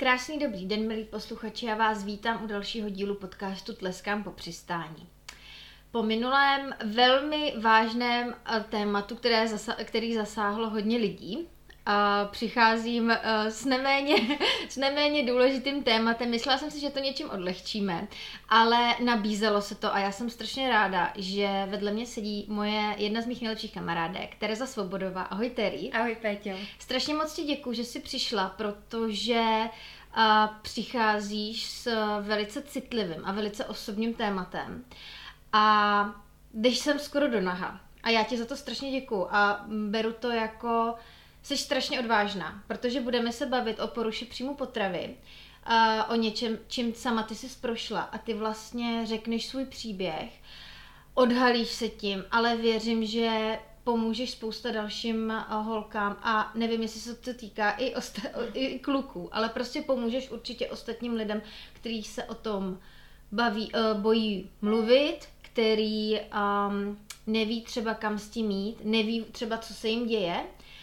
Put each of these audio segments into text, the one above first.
Krásný dobrý den, milí posluchači, já vás vítám u dalšího dílu podcastu Tleskám po přistání. Po minulém velmi vážném tématu, který zasáhlo hodně lidí, přicházím s neméně důležitým tématem. Myslela jsem si, že to něčím odlehčíme, ale nabízelo se to a já jsem strašně ráda, že vedle mě sedí jedna z mých nejlepších kamarádek, Tereza Svobodová. Ahoj Teri. Ahoj Péťo. Strašně moc ti děkuju, že jsi přišla, protože přicházíš s velice citlivým a velice osobním tématem a jdeš sem skoro do naha. A já ti za to strašně děkuju a beru to jako... Jsi strašně odvážná, protože budeme se bavit o poruše příjmu potravy, o něčem, čím sama ty jsi prošla a ty vlastně řekneš svůj příběh, odhalíš se tím, ale věřím, že pomůžeš spousta dalším holkám a nevím, jestli se to týká i kluků, ale prostě pomůžeš určitě ostatním lidem, kteří se o tom bojí mluvit, který neví třeba kam s tím jít, neví třeba co se jim děje.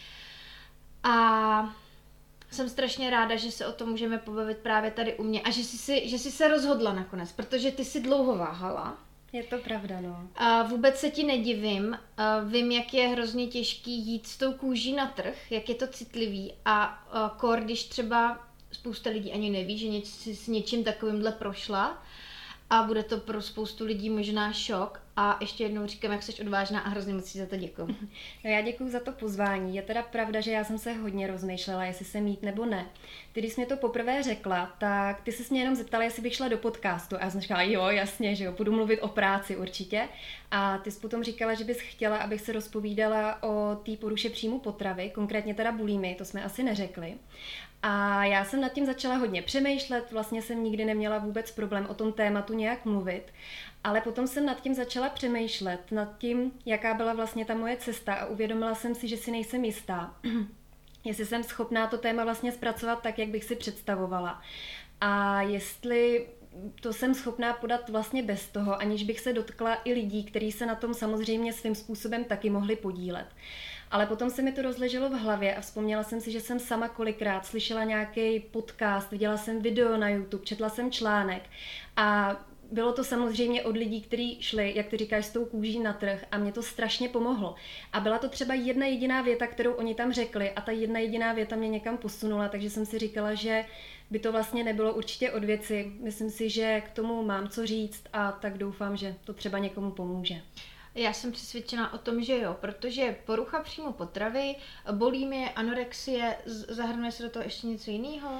A jsem strašně ráda, že se o tom můžeme pobavit právě tady u mě a že jsi se rozhodla nakonec, protože ty jsi dlouho váhala. Je to pravda, no. A vůbec se ti nedivím, vím, jak je hrozně těžký jít s tou kůží na trh, jak je to citlivý a když třeba spousta lidí ani neví, že s něčím takovýmhle prošla a bude to pro spoustu lidí možná šok. A ještě jednou říkám, jak jsi odvážná a hrozně moc za to děkuju. No já děkuju za to pozvání. Je teda pravda, že já jsem se hodně rozmýšlela, jestli se mít nebo ne. Ty, když jsi mě to poprvé řekla, tak ty jsi mě jenom zeptala, jestli bych šla do podcastu. A já jsem říkala, jo, jasně, že jo, budu mluvit o práci určitě. A ty jsi potom říkala, že bys chtěla, abych se rozpovídala o té poruše příjmu potravy, konkrétně teda bulimii, to jsme asi neřekli. A já jsem nad tím začala hodně přemýšlet, vlastně jsem nikdy neměla vůbec problém o tom tématu nějak mluvit, ale potom jsem nad tím začala přemýšlet, nad tím, jaká byla vlastně ta moje cesta a uvědomila jsem si, že si nejsem jistá, jestli jsem schopná to téma vlastně zpracovat tak, jak bych si představovala. A jestli to jsem schopná podat vlastně bez toho, aniž bych se dotkla i lidí, kteří se na tom samozřejmě svým způsobem taky mohli podílet. Ale potom se mi to rozleželo v hlavě a vzpomněla jsem si, že jsem sama kolikrát slyšela nějaký podcast, viděla jsem video na YouTube, četla jsem článek a bylo to samozřejmě od lidí, kteří šli, jak ty říkáš, s tou kůží na trh a mě to strašně pomohlo. A byla to třeba jedna jediná věta, kterou oni tam řekli a ta jedna jediná věta mě někam posunula, takže jsem si říkala, že by to vlastně nebylo určitě od věci. Myslím si, že k tomu mám co říct a tak doufám, že to třeba někomu pomůže. Já jsem přesvědčena o tom, že jo, protože porucha příjmu potravy, bulimie, anorexie, zahrnuje se do toho ještě něco jiného?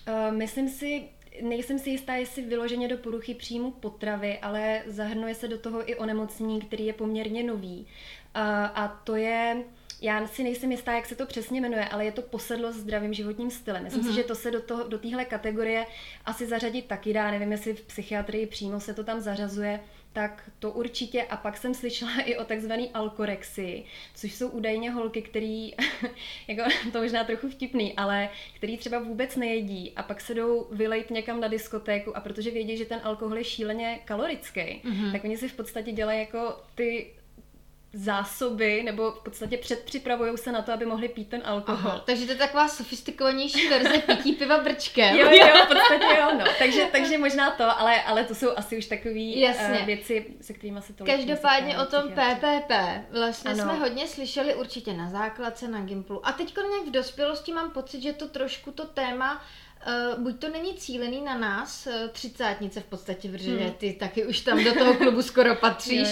Nejsem si jistá, jestli vyloženě do poruchy příjmu potravy, ale zahrnuje se do toho i onemocnění, který je poměrně nový. A to je... Já si nejsem jistá, jak se to přesně jmenuje, ale je to posedlost zdravým životním stylem. Myslím si, že to se do téhle kategorie asi zařadit taky dá. Nevím, jestli v psychiatrii přímo se to tam zařazuje, tak to určitě. A pak jsem slyšela i o takzvané alkorexii, což jsou údajně holky, který, jako to možná trochu vtipný, ale který třeba vůbec nejedí a pak se jdou vylejt někam na diskotéku a protože vědí, že ten alkohol je šíleně kalorický, tak oni si v podstatě dělají jako ty zásoby, nebo v podstatě předpřipravujou se na to, aby mohli pít ten alkohol. Aha, takže to je taková sofistikovanější verze pití piva brčkem. Jo, v podstatě jo, no. Takže možná to, ale to jsou asi už takový věci, se kterými se tolik každopádně o tom PPP vlastně jsme hodně slyšeli určitě na základce, na Gimplu. A teď nějak v dospělosti mám pocit, že to trošku to téma buď to není cílený na nás, třicátnice v podstatě, protože ty taky už tam do toho klubu skoro patříš,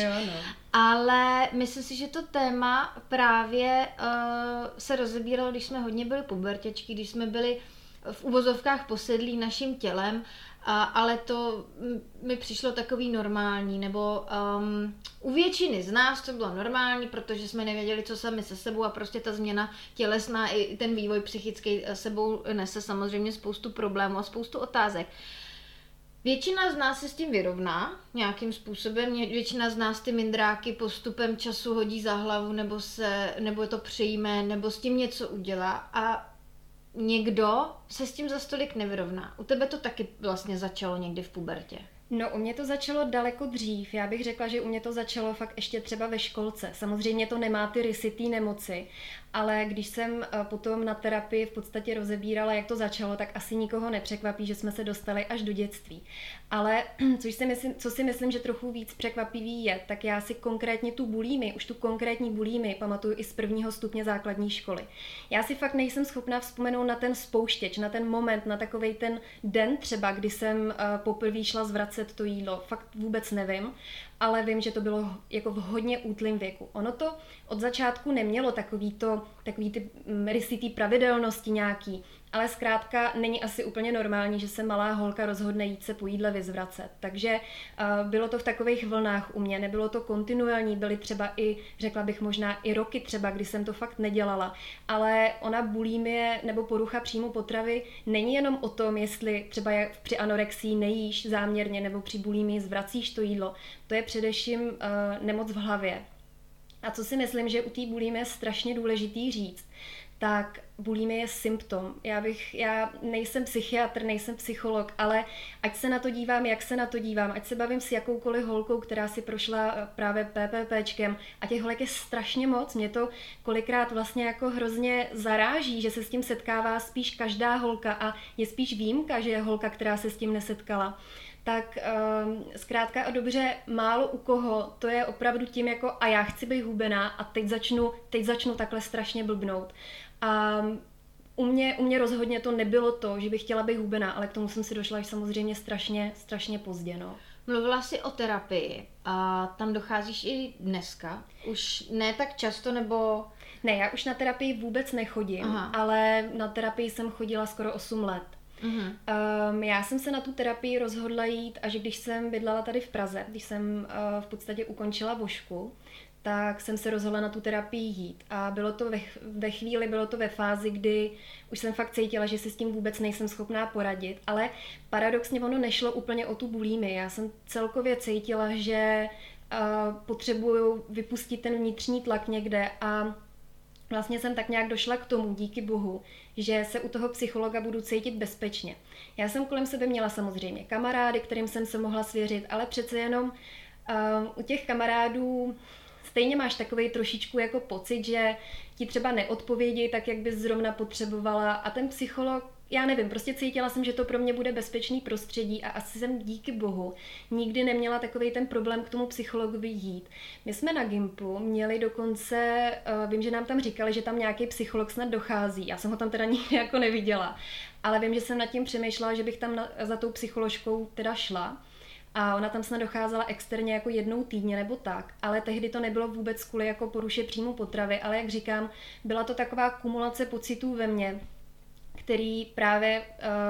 ale myslím si, že to téma právě se rozebíralo, když jsme hodně byli pubertěčky, když jsme byli v uvozovkách posedlí naším tělem, ale to mi přišlo takový normální, nebo u většiny z nás to bylo normální, protože jsme nevěděli, co sami se sebou a prostě ta změna tělesná i ten vývoj psychický sebou nese samozřejmě spoustu problémů a spoustu otázek. Většina z nás se s tím vyrovná nějakým způsobem, většina z nás ty mindráky postupem času hodí za hlavu, nebo to přejme, nebo s tím něco udělá a někdo se s tím za stolik nevyrovná. U tebe to taky vlastně začalo někdy v pubertě. No, u mě to začalo daleko dřív. Já bych řekla, že u mě to začalo fakt ještě třeba ve školce. Samozřejmě to nemá ty rysy té nemoci, ale když jsem potom na terapii v podstatě rozebírala, jak to začalo, tak asi nikoho nepřekvapí, že jsme se dostali až do dětství. Ale co si myslím, že trochu víc překvapivý je, tak já si konkrétně tu konkrétní bulími pamatuju i z 1. stupně základní školy. Já si fakt nejsem schopná vzpomenout na ten spouštěč, na ten moment, na takovej ten den třeba, kdy jsem poprvé šla zvracet to jídlo. Fakt vůbec nevím, ale vím, že to bylo jako v hodně útlým věku. Ono to od začátku nemělo takový ty rysy té pravidelnosti nějaký, ale zkrátka není asi úplně normální, že se malá holka rozhodne jít se po jídle vyzvracet. Takže bylo to v takových vlnách u mě, nebylo to kontinuální, byly třeba i, řekla bych možná i roky třeba, kdy jsem to fakt nedělala. Ale ona bulimie nebo porucha příjmu potravy není jenom o tom, jestli třeba při anorexii nejíš záměrně nebo při bulimii zvracíš to jídlo. To je především nemoc v hlavě. A co si myslím, že u té bulimie je strašně důležitý říct, tak bulimie je symptom. Já nejsem psychiatr, nejsem psycholog, ale ať se na to dívám, jak se na to dívám, ať se bavím s jakoukoliv holkou, která si prošla právě PPPčkem a těch holek je strašně moc. Mě to kolikrát vlastně jako hrozně zaráží, že se s tím setkává spíš každá holka a je spíš výjimka, že je holka, která se s tím nesetkala. Tak zkrátka a dobře, málo u koho to je opravdu tím jako a já chci být hubená a teď začnu takhle strašně blbnout. A u mě rozhodně to nebylo to, že bych chtěla být hubená, ale k tomu jsem si došla až samozřejmě strašně pozdě. No. Mluvila jsi o terapii a tam docházíš i dneska? Už ne tak často nebo... Ne, já už na terapii vůbec nechodím, ale na terapii jsem chodila skoro 8 let. Já jsem se na tu terapii rozhodla jít, až když jsem bydlela tady v Praze, když jsem v podstatě ukončila vošku, tak jsem se rozhodla na tu terapii jít. A bylo to ve fázi, kdy už jsem fakt cítila, že si s tím vůbec nejsem schopná poradit, ale paradoxně ono nešlo úplně o tu bulimii. Já jsem celkově cítila, že potřebuju vypustit ten vnitřní tlak někde a vlastně jsem tak nějak došla k tomu, díky bohu, že se u toho psychologa budu cítit bezpečně. Já jsem kolem sebe měla samozřejmě kamarády, kterým jsem se mohla svěřit, ale přece jenom u těch kamarádů stejně máš takovej trošičku jako pocit, že ti třeba neodpovědí tak, jak bys zrovna potřebovala a ten psycholog, já nevím, prostě cítila jsem, že to pro mě bude bezpečný prostředí a asi jsem díky bohu nikdy neměla takovej ten problém k tomu psychologovi jít. My jsme na Gimplu měli dokonce, vím, že nám tam říkali, že tam nějaký psycholog snad dochází, já jsem ho tam teda nikdy jako neviděla, ale vím, že jsem nad tím přemýšlela, že bych tam za tou psycholožkou teda šla. A ona tam snad docházela externě jako jednou týdně nebo tak, ale tehdy to nebylo vůbec kvůli jako poruše příjmu potravy, ale jak říkám, byla to taková kumulace pocitů ve mně, který právě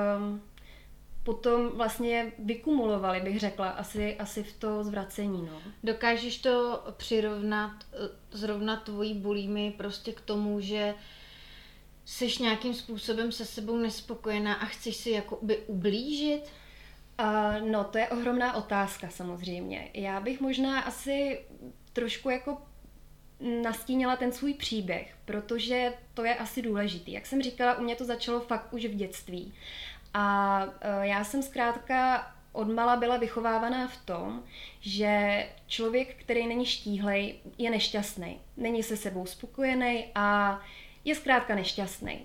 potom vlastně vykumulovali, bych řekla, asi v to zvracení. No. Dokážeš to přirovnat zrovna tvojí bulimii prostě k tomu, že jsi nějakým způsobem se sebou nespokojená a chceš si jakoby ublížit? No, to je ohromná otázka samozřejmě. Já bych možná asi trošku jako nastínila ten svůj příběh, protože to je asi důležitý. Jak jsem říkala, u mě to začalo fakt už v dětství. A já jsem zkrátka odmala byla vychovávaná v tom, že člověk, který není štíhlej, je nešťastný. Není se sebou spokojený a je zkrátka nešťastný.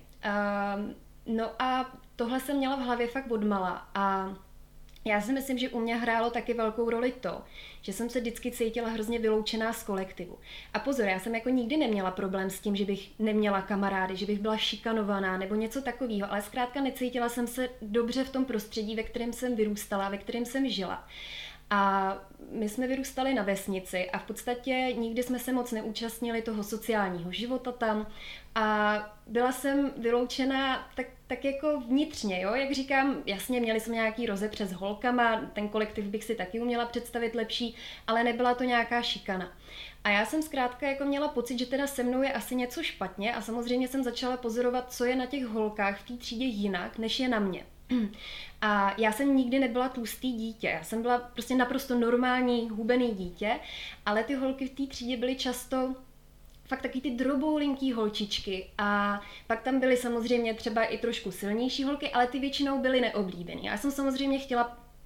No a tohle jsem měla v hlavě fakt odmala a já si myslím, že u mě hrálo taky velkou roli to, že jsem se vždycky cítila hrozně vyloučená z kolektivu. A pozor, já jsem jako nikdy neměla problém s tím, že bych neměla kamarády, že bych byla šikanovaná nebo něco takového, ale zkrátka necítila jsem se dobře v tom prostředí, ve kterém jsem vyrůstala, ve kterém jsem žila. A my jsme vyrůstali na vesnici a v podstatě nikdy jsme se moc neúčastnili toho sociálního života tam a byla jsem vyloučená tak jako vnitřně, jo? Jak říkám, jasně, měli jsme nějaký rozepře s holkama, ten kolektiv bych si taky uměla představit lepší, ale nebyla to nějaká šikana. A já jsem zkrátka jako měla pocit, že teda se mnou je asi něco špatně a samozřejmě jsem začala pozorovat, co je na těch holkách v té třídě jinak, než je na mě. A já jsem nikdy nebyla tlustý dítě, já jsem byla prostě naprosto normální, hubený dítě, ale ty holky v té třídě byly často fakt taky ty droboulinký holčičky a pak tam byly samozřejmě třeba i trošku silnější holky, ale ty většinou byly neoblíbený. Já jsem samozřejmě chtěla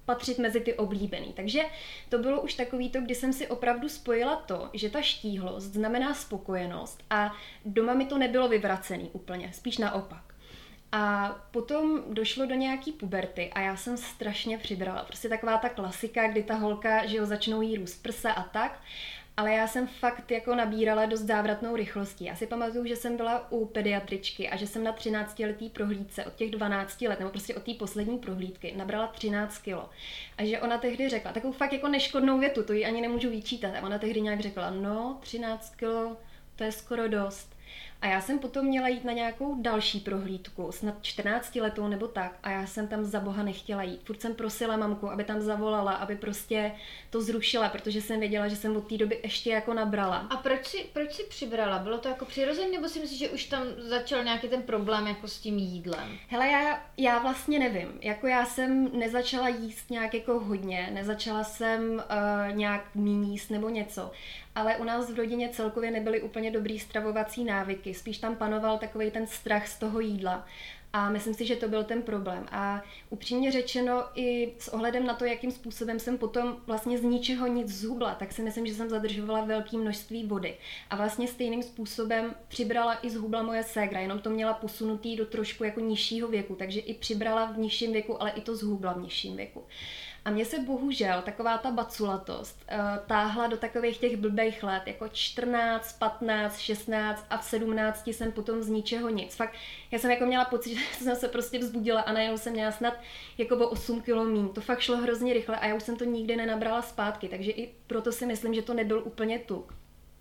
patřit mezi ty oblíbený. Takže to bylo už takový to, kdy jsem si opravdu spojila to, že ta štíhlost znamená spokojenost a doma mi to nebylo vyvracený úplně, spíš naopak. A potom došlo do nějaký puberty a já jsem strašně přibrala. Prostě taková ta klasika, kdy ta holka, že jo, začnou jí růst prsa a tak. Ale já jsem fakt jako nabírala dost závratnou rychlostí. Já si pamatuju, že jsem byla u pediatričky a že jsem na 13letý prohlídce od těch 12 let, nebo prostě od té poslední prohlídky, nabrala 13 kilo. A že ona tehdy řekla, takovou fakt jako neškodnou větu, to ji ani nemůžu vyčítat. A ona tehdy nějak řekla, no 13 kilo, to je skoro dost. A já jsem potom měla jít na nějakou další prohlídku, snad 14 letou nebo tak, a já jsem tam za boha nechtěla jít. Furt jsem prosila mamku, aby tam zavolala, aby prostě to zrušila, protože jsem věděla, že jsem od té doby ještě jako nabrala. A proč si přibrala? Bylo to jako přirozené, nebo si myslíš, že už tam začal nějaký ten problém jako s tím jídlem? Hele, já vlastně nevím. Jako já jsem nezačala jíst nějak jako hodně, nezačala jsem nějak míň jíst nebo něco. Ale u nás v rodině celkově nebyly úplně dobrý stravovací návyky. Spíš tam panoval takovej ten strach z toho jídla. A myslím si, že to byl ten problém. A upřímně řečeno, i s ohledem na to, jakým způsobem jsem potom vlastně z ničeho nic zhubla, tak si myslím, že jsem zadržovala velké množství vody. A vlastně stejným způsobem přibrala i zhubla moje ségra, jenom to měla posunutý do trošku jako nižšího věku, takže i přibrala v nižším věku, ale i to zhubla v nižším věku. A mně se bohužel taková ta baculatost táhla do takových těch blbejch let, jako 14, 15, 16 a v 17 jsem potom z ničeho nic. Fakt, já jsem jako měla pocit, že jsem se prostě vzbudila a najednou jsem měla snad jako o 8 kilo míň. To fakt šlo hrozně rychle a já už jsem to nikdy nenabrala zpátky, takže i proto si myslím, že to nebyl úplně tuk.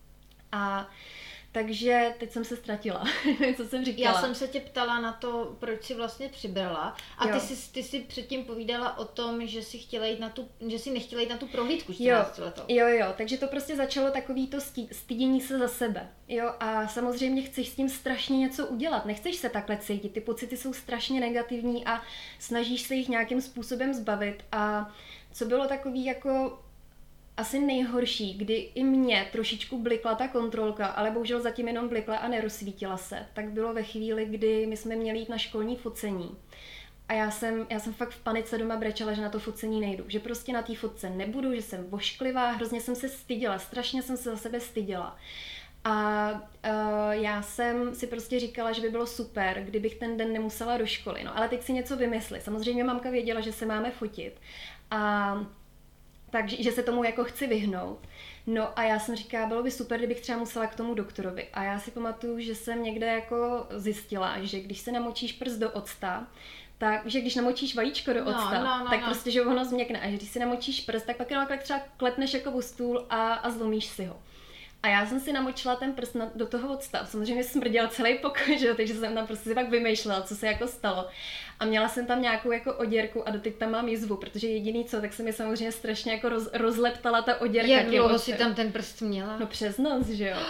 A takže teď jsem se ztratila, co jsem říkala. Já jsem se tě ptala na to, proč jsi vlastně přibrala. A ty jsi předtím povídala o tom, že jsi nechtěla jít na tu prohlídku 14 letou. Jo, takže to prostě začalo takový to stydění se za sebe. Jo, a samozřejmě chceš s tím strašně něco udělat. Nechceš se takhle cítit, ty pocity jsou strašně negativní a snažíš se jich nějakým způsobem zbavit. A co bylo takový jako asi nejhorší, kdy i mě trošičku blikla ta kontrolka, ale bohužel zatím jenom blikla a nerozsvítila se, tak bylo ve chvíli, kdy my jsme měli jít na školní focení. A já jsem fakt v panice doma brečela, že na to focení nejdu, že prostě na té fotce nebudu, že jsem vošklivá, hrozně jsem se styděla, strašně jsem se za sebe styděla. A já jsem si prostě říkala, že by bylo super, kdybych ten den nemusela do školy, no ale teď si něco vymysli. Samozřejmě mamka věděla, že se máme fotit a takže se tomu jako chci vyhnout. No a já jsem říkala, bylo by super, kdybych třeba musela k tomu doktorovi. A já si pamatuju, že jsem někde jako zjistila, že když se namočíš prst do octa, takže když namočíš vajíčko do octa, tak prostě, že ono změkne. A že když si namočíš prst, tak pak jenom třeba klepneš jako o stůl a zlomíš si ho. A já jsem si namočila ten prst do toho octa. Samozřejmě smrděl celý pokoj, že? Takže jsem tam prostě si pak vymýšlela, co se jako stalo. A měla jsem tam nějakou jako oděrku a doteď tam mám jizvu, protože jediný co, tak se mi samozřejmě strašně jako rozleptala ta oděrka. Jak dlouho si tam ten prst měla? No přes noc, že jo.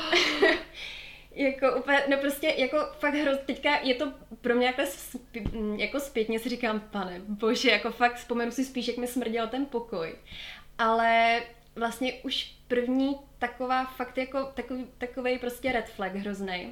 Jako úplně, no prostě jako fakt teďka je to pro mě jako zpětně si říkám, pane bože, jako fakt vzpomenu si spíš, jak mi smrděl ten pokoj. Ale vlastně už první taková fakt jako takovej prostě red flag hroznej.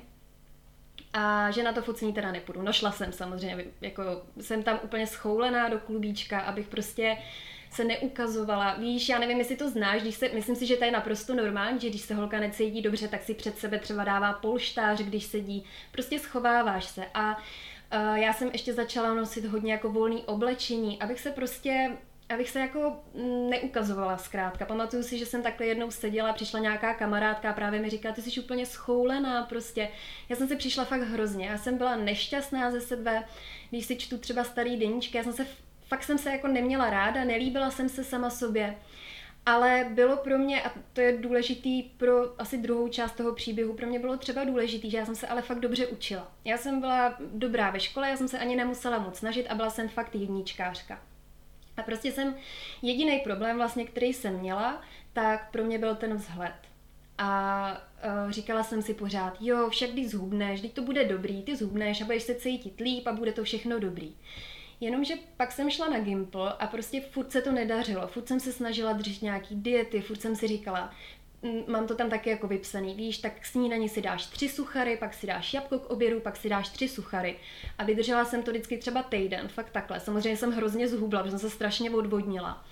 A že na to focení teda nepůjdu. No šla jsem samozřejmě, jako jsem tam úplně schoulená do klubíčka, abych prostě se neukazovala. Víš, já nevím, jestli to znáš, myslím si, že to je naprosto normální, že když se holka necítí dobře, tak si před sebe třeba dává polštář, když sedí, prostě schováváš se. A já jsem ještě začala nosit hodně jako volný oblečení, abych se jako neukazovala zkrátka. Pamatuju si, že jsem takhle jednou seděla, přišla nějaká kamarádka a právě mi říkala, ty jsi úplně schoulená prostě. Já jsem si přišla fakt hrozně, já jsem byla nešťastná ze sebe, když si čtu třeba starý deníčky, fakt jsem se jako neměla ráda, nelíbila jsem se sama sobě. Ale bylo pro mě, a to je důležitý pro asi druhou část toho příběhu, pro mě bylo třeba důležitý, že já jsem se ale fakt dobře učila. Já jsem byla dobrá ve škole, já jsem se ani nemusela moc snažit a byla jsem fakt jedničkářka. A prostě jediný problém vlastně, který jsem měla, tak pro mě byl ten vzhled. A říkala jsem si pořád, jo, však když zhubneš, teď to bude dobrý, ty zhubneš a budeš se cítit líp a bude to všechno dobrý. Jenomže pak jsem šla na Gimple a prostě furt se to nedařilo, furt jsem se snažila držet nějaký diety, furt jsem si říkala, mám to tam taky jako vypsaný, víš, tak k snídani si dáš 3 suchary, pak si dáš jabko k obědu, pak si dáš 3 suchary. A vydržela jsem to vždycky třeba týden, fakt takhle. Samozřejmě jsem hrozně zhubla, protože jsem se strašně odvodnila.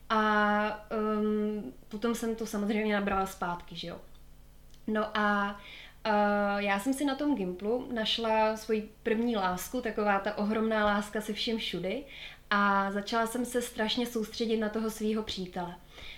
A potom jsem to samozřejmě nabrala zpátky, že jo. No a já jsem si na tom Gimplu našla svoji první lásku, taková ta ohromná láska se vším všudy, a začala jsem se strašně soustředit na toho svýho přítele.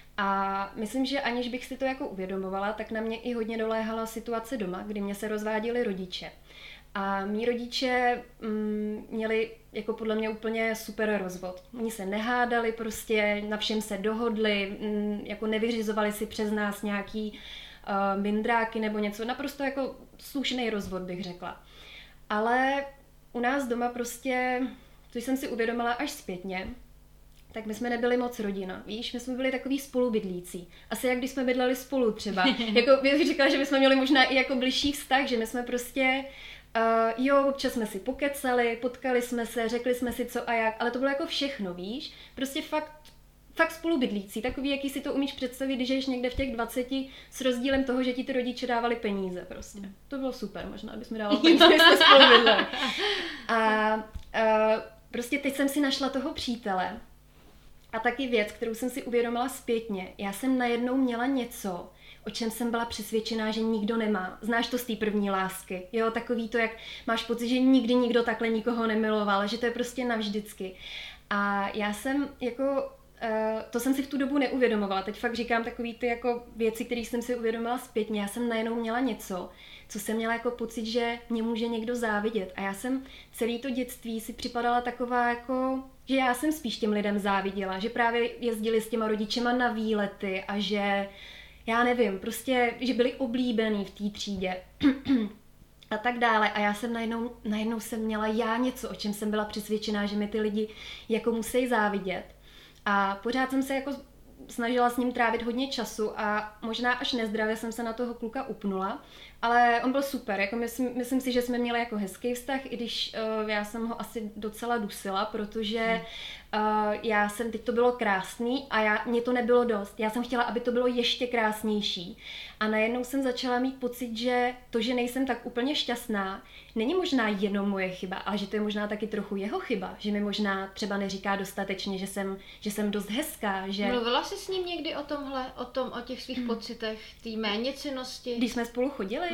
A myslím, že aniž bych si to jako uvědomovala, tak na mě i hodně doléhala situace doma, kdy mě se rozváděli rodiče. A mý rodiče měli jako podle mě úplně super rozvod. Oni se nehádali, prostě na všem se dohodli, jako nevyřizovali si přes nás nějaký mindráky nebo něco, naprosto jako slušný rozvod, bych řekla. Ale u nás doma prostě, což jsem si uvědomila až zpětně, tak my jsme nebyli moc rodina, víš, my jsme byli takový spolubydlící. Asi jak když jsme bydleli spolu třeba. Jako bych říkala, že bychom měli možná i jako bližší vztah, že my jsme prostě, občas jsme si pokecali, potkali jsme se, řekli jsme si co a jak, ale to bylo jako všechno, víš, prostě fakt spolubydlící, takový, jaký si to umíš představit, když jsi někde v těch 20 s rozdílem toho, že ti ty rodiče dávali peníze prostě. To bylo super, možná bys mi dával peníze, když jsme spolubydleli. A prostě teď jsem si našla toho přítele a taky věc, kterou jsem si uvědomila zpětně. Já jsem najednou měla něco, o čem jsem byla přesvědčená, že nikdo nemá. Znáš to z té první lásky, jo, takový to, jak máš pocit, že nikdy nikdo takhle nikoho nemiloval, že to je prostě navždycky. A já jsem jako to jsem si v tu dobu neuvědomovala. Teď fakt říkám takový ty jako věci, které jsem si uvědomila zpětně. Já jsem najednou měla něco, co jsem měla jako pocit, že mě může někdo závidět. A já jsem celé to dětství si připadala taková jako, že já jsem spíš těm lidem záviděla, že právě jezdili s těma rodičema na výlety a že, já nevím, prostě, že byli oblíbený v té třídě. A tak dále. A já jsem najednou jsem měla já něco, o čem jsem byla přesvědčená, že mi ty lidi jako musí závidět. A pořád jsem se jako snažila s ním trávit hodně času a možná až nezdravě jsem se na toho kluka upnula, ale on byl super, jako myslím si, že jsme měli jako hezký vztah, i když já jsem ho asi docela dusila, protože teď to bylo krásný a mně to nebylo dost. Já jsem chtěla, aby to bylo ještě krásnější. A najednou jsem začala mít pocit, že to, že nejsem tak úplně šťastná, není možná jenom moje chyba, ale že to je možná taky trochu jeho chyba, že mi možná třeba neříká dostatečně, že jsem dost hezká, že... Mluvila jsi s ním někdy o tomhle, o těch svých pocitech, té méněcennosti? Když jsme spolu chodili?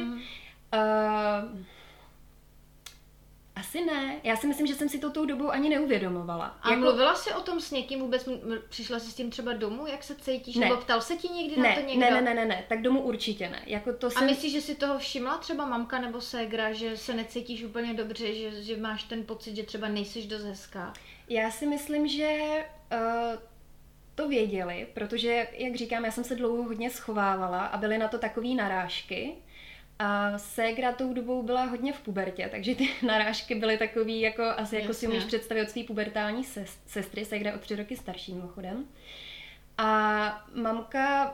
Asi ne. Já si myslím, že jsem si to tou dobou ani neuvědomovala. A mluvila jsi o tom s někým vůbec? Přišla jsi s tím třeba domů, jak se cítíš? Ne. Nebo ptal se ti někdy na to někdo? Ne, tak domů určitě ne. Jako to A myslíš, že si toho všimla třeba mamka nebo ségra, že se necítíš úplně dobře, že máš ten pocit, že třeba nejsiš dost hezká? Já si myslím, že to věděli, protože, jak říkám, já jsem se dlouho hodně schovávala a byly na to takový narážky. A ségra tou dobou byla hodně v pubertě, takže ty narážky byly takový, jako asi jako si umíš představit od svý pubertální sestry, ségra o 3 roky starší mimochodem. A mamka,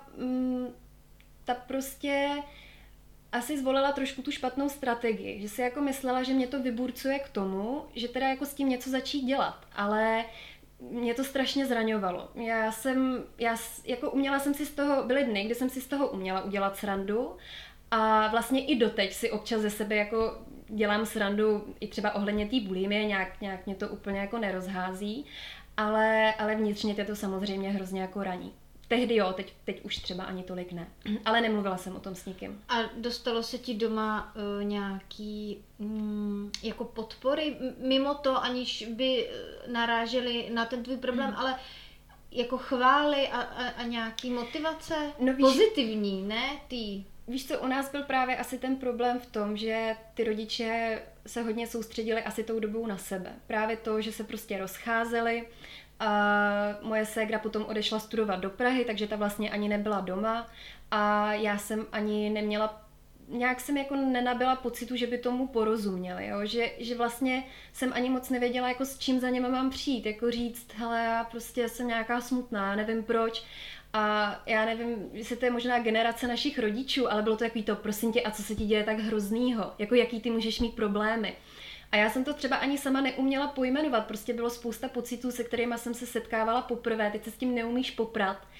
ta prostě asi zvolila trošku tu špatnou strategii, že si jako myslela, že mě to vyburcuje k tomu, že teda jako s tím něco začít dělat, ale mě to strašně zraňovalo. Uměla jsem si z toho, byly dny, kdy jsem si z toho uměla udělat srandu. A vlastně i doteď si občas ze sebe jako dělám srandu i třeba ohledně té bulimie, nějak mě to úplně jako nerozhází, ale vnitřně to samozřejmě hrozně jako raní. Tehdy jo, teď už třeba ani tolik ne, ale nemluvila jsem o tom s nikým. A dostalo se ti doma nějaký jako podpory, mimo to, aniž by naráželi na ten tvůj problém, ale jako chvály a nějaký motivace? No víš, pozitivní, ne? Víš co, u nás byl právě asi ten problém v tom, že ty rodiče se hodně soustředili asi tou dobou na sebe. Právě to, že se prostě rozcházeli. A moje ségra potom odešla studovat do Prahy, takže ta vlastně ani nebyla doma. A já jsem ani neměla, nějak jsem jako nenabyla pocitu, že by tomu porozuměli. Jo? Že vlastně jsem ani moc nevěděla, jako s čím za něma mám přijít. Jako říct, hele, já prostě jsem nějaká smutná, nevím proč. A já nevím, jestli to je možná generace našich rodičů, ale bylo to takový to, prosím tě, a co se ti děje tak hroznýho? Jako jaký ty můžeš mít problémy? A já jsem to třeba ani sama neuměla pojmenovat, prostě bylo spousta pocitů, se kterými jsem se setkávala poprvé, teď se s tím neumíš poprat.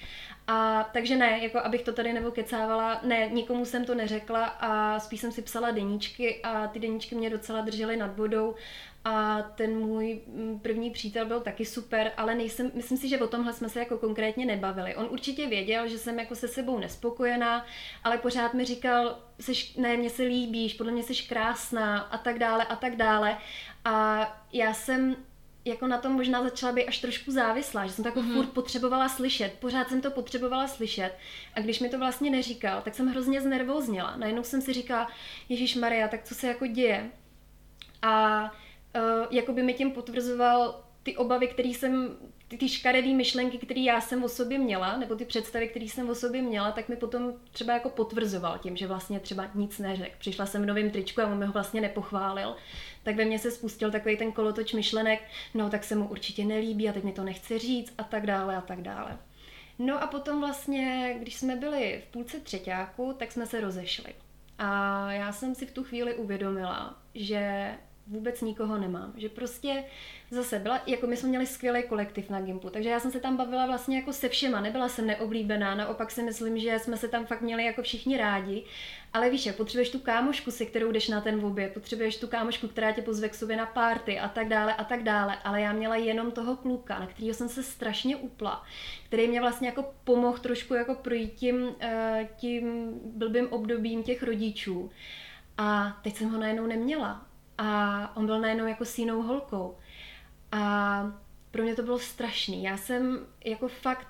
A takže ne, jako abych to tady nebo kecávala, ne, nikomu jsem to neřekla a spíš jsem si psala deníčky a ty deníčky mě docela držely nad vodou a ten můj první přítel byl taky super, ale myslím si, že o tomhle jsme se jako konkrétně nebavili. On určitě věděl, že jsem jako se sebou nespokojená, ale pořád mi říkal, ne, mně se líbíš, podle mě jsi krásná a tak dále a tak dále. A já jsem jako na tom možná začala být až trošku závislá, že jsem to jako furt potřebovala slyšet, pořád jsem to potřebovala slyšet a když mi to vlastně neříkal, tak jsem hrozně znervózněla. Najednou jsem si říkala, Ježišmarja, tak co se jako děje? A jako by mi tím potvrzoval ty obavy, ty škaredý myšlenky, které já jsem o sobě měla, nebo ty představy, které jsem o sobě měla, tak mi potom třeba jako potvrzoval tím, že vlastně třeba nic neřekl. Přišla jsem v novém tričku a on mi ho vlastně nepochválil. Tak ve mně se spustil takový ten kolotoč myšlenek, no tak se mu určitě nelíbí a teď mi to nechce říct a tak dále a tak dále. No a potom vlastně, když jsme byli v půlce třeťáku, tak jsme se rozešli. A já jsem si v tu chvíli uvědomila, že vůbec nikoho nemám, že prostě zase byla, jako my jsme měli skvělý kolektiv na Gimpu, takže já jsem se tam bavila vlastně jako se všema, nebyla jsem neoblíbená, naopak si myslím, že jsme se tam fakt měli jako všichni rádi, ale víš, jak potřebuješ tu kámošku, se kterou jdeš na ten oběd, potřebuješ tu kámošku, která tě pozve k sobě na party a tak dále, ale já měla jenom toho kluka, na kterýho jsem se strašně upla, který mě vlastně jako pomohl trošku jako projít tím blbým obdobím těch rodičů a teď jsem ho najednou neměla. A on byl najednou jako s jinou holkou. A pro mě to bylo strašný. Já jsem jako fakt,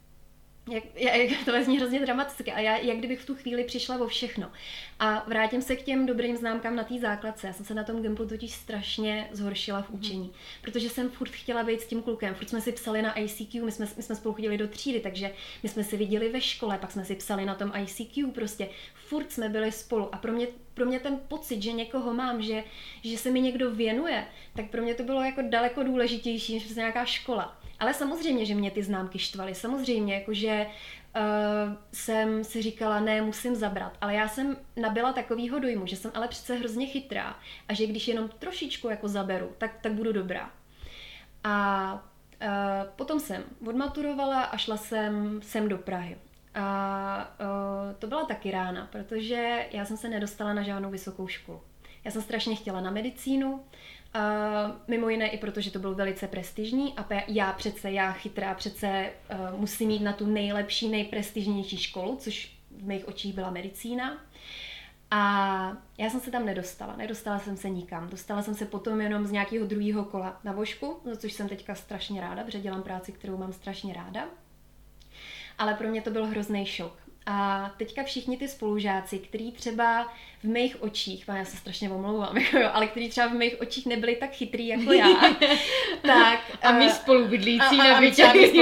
to zní hrozně dramaticky, a já jak kdybych v tu chvíli přišla o všechno. A vrátím se k těm dobrým známkám na té základce. Já jsem se na tom Gimplu totiž strašně zhoršila v učení, protože jsem furt chtěla být s tím klukem. Furt jsme si psali na ICQ, my jsme spolu chodili do třídy, takže my jsme si viděli ve škole, pak jsme si psali na tom ICQ, prostě furt jsme byli spolu. A pro mě ten pocit, že někoho mám, že se mi někdo věnuje, tak pro mě to bylo jako daleko důležitější než nějaká škola. Ale samozřejmě, že mě ty známky štvaly, samozřejmě, jakože jsem si říkala, ne, musím zabrat, ale já jsem nabyla takovýho dojmu, že jsem ale přece hrozně chytrá a že když jenom trošičku jako zaberu, tak budu dobrá. A potom jsem odmaturovala a šla jsem sem do Prahy. A to byla taky rána, protože já jsem se nedostala na žádnou vysokou školu. Já jsem strašně chtěla na medicínu, mimo jiné i protože to bylo velice prestižní a já chytrá přece musím jít na tu nejlepší, nejprestižnější školu, což v mých očích byla medicína. A já jsem se tam nedostala jsem se nikam. Dostala jsem se potom jenom z nějakého druhého kola na vošku, za což jsem teďka strašně ráda, protože dělám práci, kterou mám strašně ráda. Ale pro mě to byl hrozný šok. A teďka všichni ty spolužáci, kteří třeba v mých očích, já se strašně omlouvám, ale kteří třeba v mých očích nebyli tak chytrý jako já, tak... A my spolubydlící na bytě.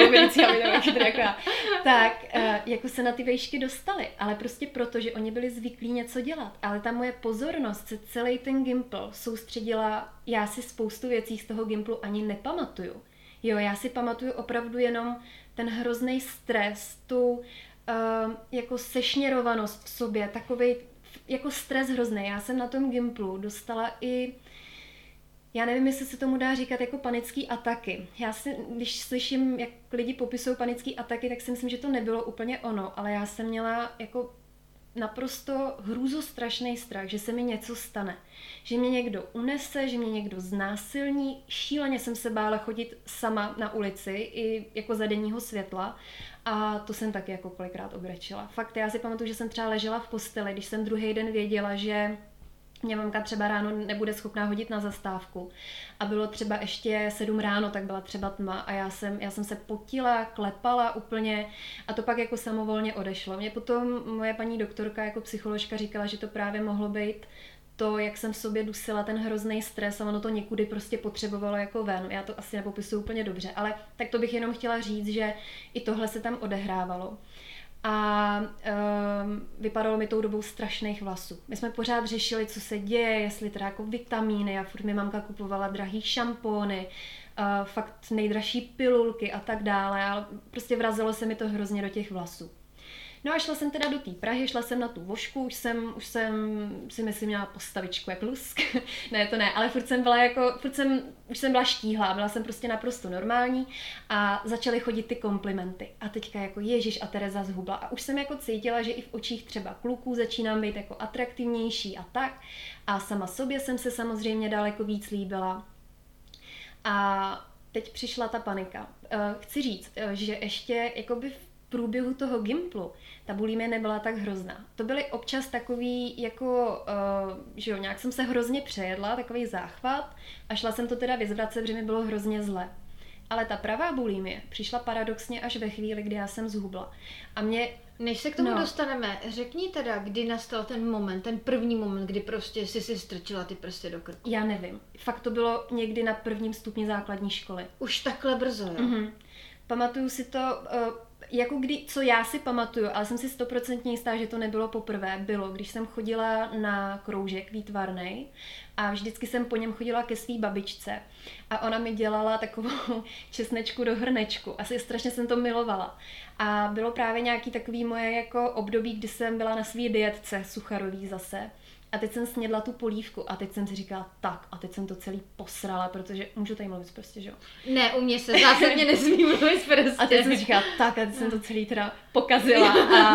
Tak jako se na ty vejšky dostali, ale prostě proto, že oni byli zvyklí něco dělat. Ale ta moje pozornost se celý ten Gimpl soustředila, já si spoustu věcí z toho Gimplu ani nepamatuju. Jo, já si pamatuju opravdu jenom ten hrozný stres, tu jako sešněrovanost v sobě, takovej jako stres hrozný. Já jsem na tom Gimplu dostala i, já nevím, jestli se tomu dá říkat jako panický ataky. Když slyším, jak lidi popisují panický ataky, tak si myslím, že to nebylo úplně ono, ale já jsem měla jako naprosto hrůzostrašný strach, že se mi něco stane. Že mě někdo unese, že mě někdo znásilní. Šíleně jsem se bála chodit sama na ulici i jako za denního světla a to jsem taky jako kolikrát obrečila. Fakt, já si pamatuju, že jsem třeba ležela v posteli, když jsem druhý den věděla, že mě mamka třeba ráno nebude schopná hodit na zastávku. A bylo třeba ještě 7 ráno, tak byla třeba tma a já jsem se potila, klepala úplně a to pak jako samovolně odešlo. Mě potom moje paní doktorka jako psycholožka říkala, že to právě mohlo být to, jak jsem v sobě dusila ten hrozný stres a ono to někudy prostě potřebovalo jako ven. Já to asi nepopisuju úplně dobře, ale tak to bych jenom chtěla říct, že i tohle se tam odehrávalo. A vypadalo mi tou dobou strašných vlasů. My jsme pořád řešili, co se děje, jestli teda jako vitamíny a furt mi mamka kupovala drahý šampóny, fakt nejdražší pilulky a tak dále, ale prostě vrazilo se mi to hrozně do těch vlasů. No a šla jsem teda do té Prahy, šla jsem na tu vošku, už jsem si myslím měla postavičku jak lusk. Ne, to ne, ale už jsem byla štíhlá, byla jsem prostě naprosto normální a začaly chodit ty komplimenty. A teďka jako Ježíš a Tereza zhubla. A už jsem jako cítila, že i v očích třeba kluků začínám být jako atraktivnější a tak. A sama sobě jsem se samozřejmě daleko víc líbila. A teď přišla ta panika. Chci říct, že ještě jakoby v průběhu toho gymplu ta bulimie nebyla tak hrozná. To byly občas takový, jako, že jo, nějak jsem se hrozně přejedla, takový záchvat a šla jsem to teda vyzvracet, protože mi bylo hrozně zle. Ale ta pravá bulimie přišla paradoxně až ve chvíli, kdy já jsem zhubla. A mě... Než se k tomu dostaneme, řekni teda, kdy nastal ten moment, ten první moment, kdy prostě si strčila ty prsty do krku. Já nevím. Fakt to bylo někdy na 1. stupni základní školy. Už takhle brzo, jo? Mhm. Pamatuju si to, jako co já si pamatuju, ale jsem si 100% jistá, že to nebylo poprvé, bylo, když jsem chodila na kroužek výtvarnej a vždycky jsem po něm chodila ke své babičce a ona mi dělala takovou česnečku do hrnečku. Asi strašně jsem to milovala. A bylo právě nějaký takový moje jako období, kdy jsem byla na svý dietce sucharový zase. A teď jsem snědla tu polívku a teď jsem si říkala tak a teď jsem to celý posrala, protože můžu tady mluvit prostě, že jo? Ne, u mě se zásadně nesmí mluvit prostě. A teď jsem říkala tak a teď jsem to celý teda pokazila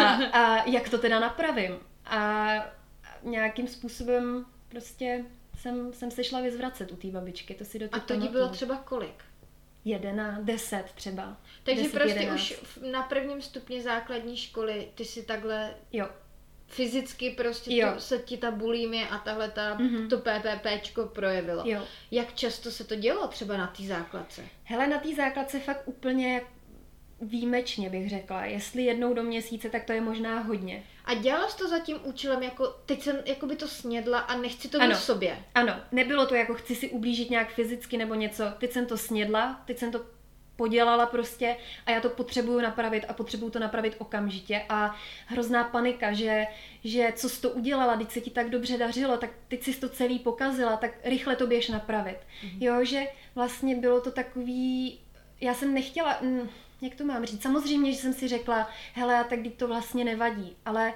a jak to teda napravím? A nějakým způsobem prostě jsem se šla vyzvracet u té babičky, to si do toho. A to ti bylo třeba kolik? 11, 10 třeba. Takže 10, prostě 11. Už na 1. stupni základní školy ty si takhle... Jo. Fyzicky prostě to, se ti ta bulimie a tahle to PPPčko projevilo. Jo. Jak často se to dělo třeba na té základce? Hele, na té základce fakt úplně výjimečně bych řekla. Jestli jednou do měsíce, tak to je možná hodně. A dělala jsi to za tím účelem, jako teď jsem jakoby to snědla a nechci to mít v sobě? Ano, nebylo to jako chci si ublížit nějak fyzicky nebo něco. Teď jsem to snědla, teď jsem to podělala prostě a já to potřebuju napravit a potřebuju to napravit okamžitě a hrozná panika, že co jsi to udělala, teď se ti tak dobře dařilo, tak teď jsi to celý pokazila, tak rychle to běž napravit. Jo, že vlastně bylo to takový, já jsem nechtěla, jak to mám říct, samozřejmě, že jsem si řekla, hele, tak teď to vlastně nevadí, ale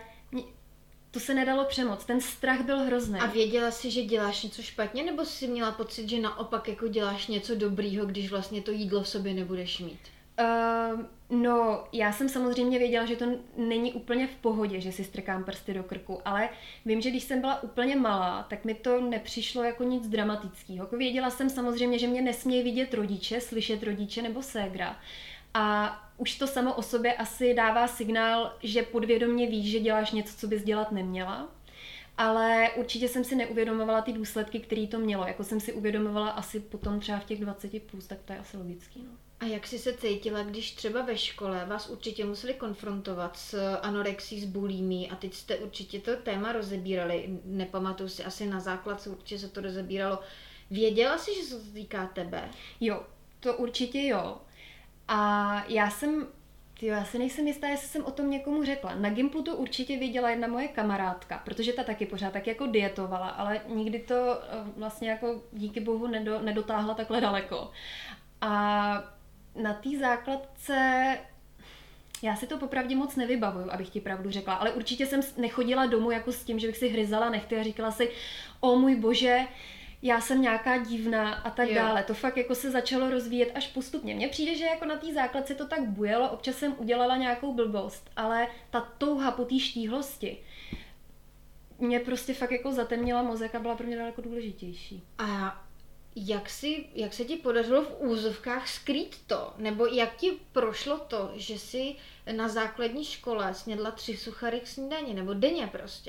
to se nedalo přemoct, ten strach byl hrozný. A věděla jsi, že děláš něco špatně, nebo jsi měla pocit, že naopak jako děláš něco dobrýho, když vlastně to jídlo v sobě nebudeš mít? No, já jsem samozřejmě věděla, že to není úplně v pohodě, že si strkám prsty do krku, ale vím, že když jsem byla úplně malá, tak mi to nepřišlo jako nic dramatického. Věděla jsem samozřejmě, že mě nesmějí vidět rodiče, slyšet rodiče nebo ségra. A už to samo o sobě asi dává signál, že podvědomě víš, že děláš něco, co bys dělat neměla. Ale určitě jsem si neuvědomovala ty důsledky, které to mělo. Jako jsem si uvědomovala asi potom třeba v těch 20+, tak to je asi logický. No. A jak jsi se cítila, když třeba ve škole vás určitě museli konfrontovat s anorexí, s bulimií a teď jste určitě to téma rozebírali. Nepamatuju si, asi na základce určitě se to rozebíralo. Věděla jsi, že se to týká tebe? Jo, to určitě jo. A já si nejsem jistá, jestli jsem o tom někomu řekla. Na gymplu to určitě věděla jedna moje kamarádka, protože ta taky pořád tak jako dietovala, ale nikdy to vlastně jako díky bohu nedotáhla takhle daleko. A na té základce já si to popravdě moc nevybavuju, abych ti pravdu řekla, ale určitě jsem nechodila domů jako s tím, že bych si hryzala nehty a říkala si, o můj bože, já jsem nějaká divná a tak dále. To fakt jako se začalo rozvíjet až postupně. Mně přijde, že jako na té základce to tak bujelo, občas jsem udělala nějakou blbost, ale ta touha po té štíhlosti mě prostě fakt jako zatemnila mozek a byla pro mě daleko důležitější. A jak se ti podařilo v úzovkách skrýt to? Nebo jak ti prošlo to, že jsi na základní škole snědla 3 suchary k snídani, nebo denně prostě?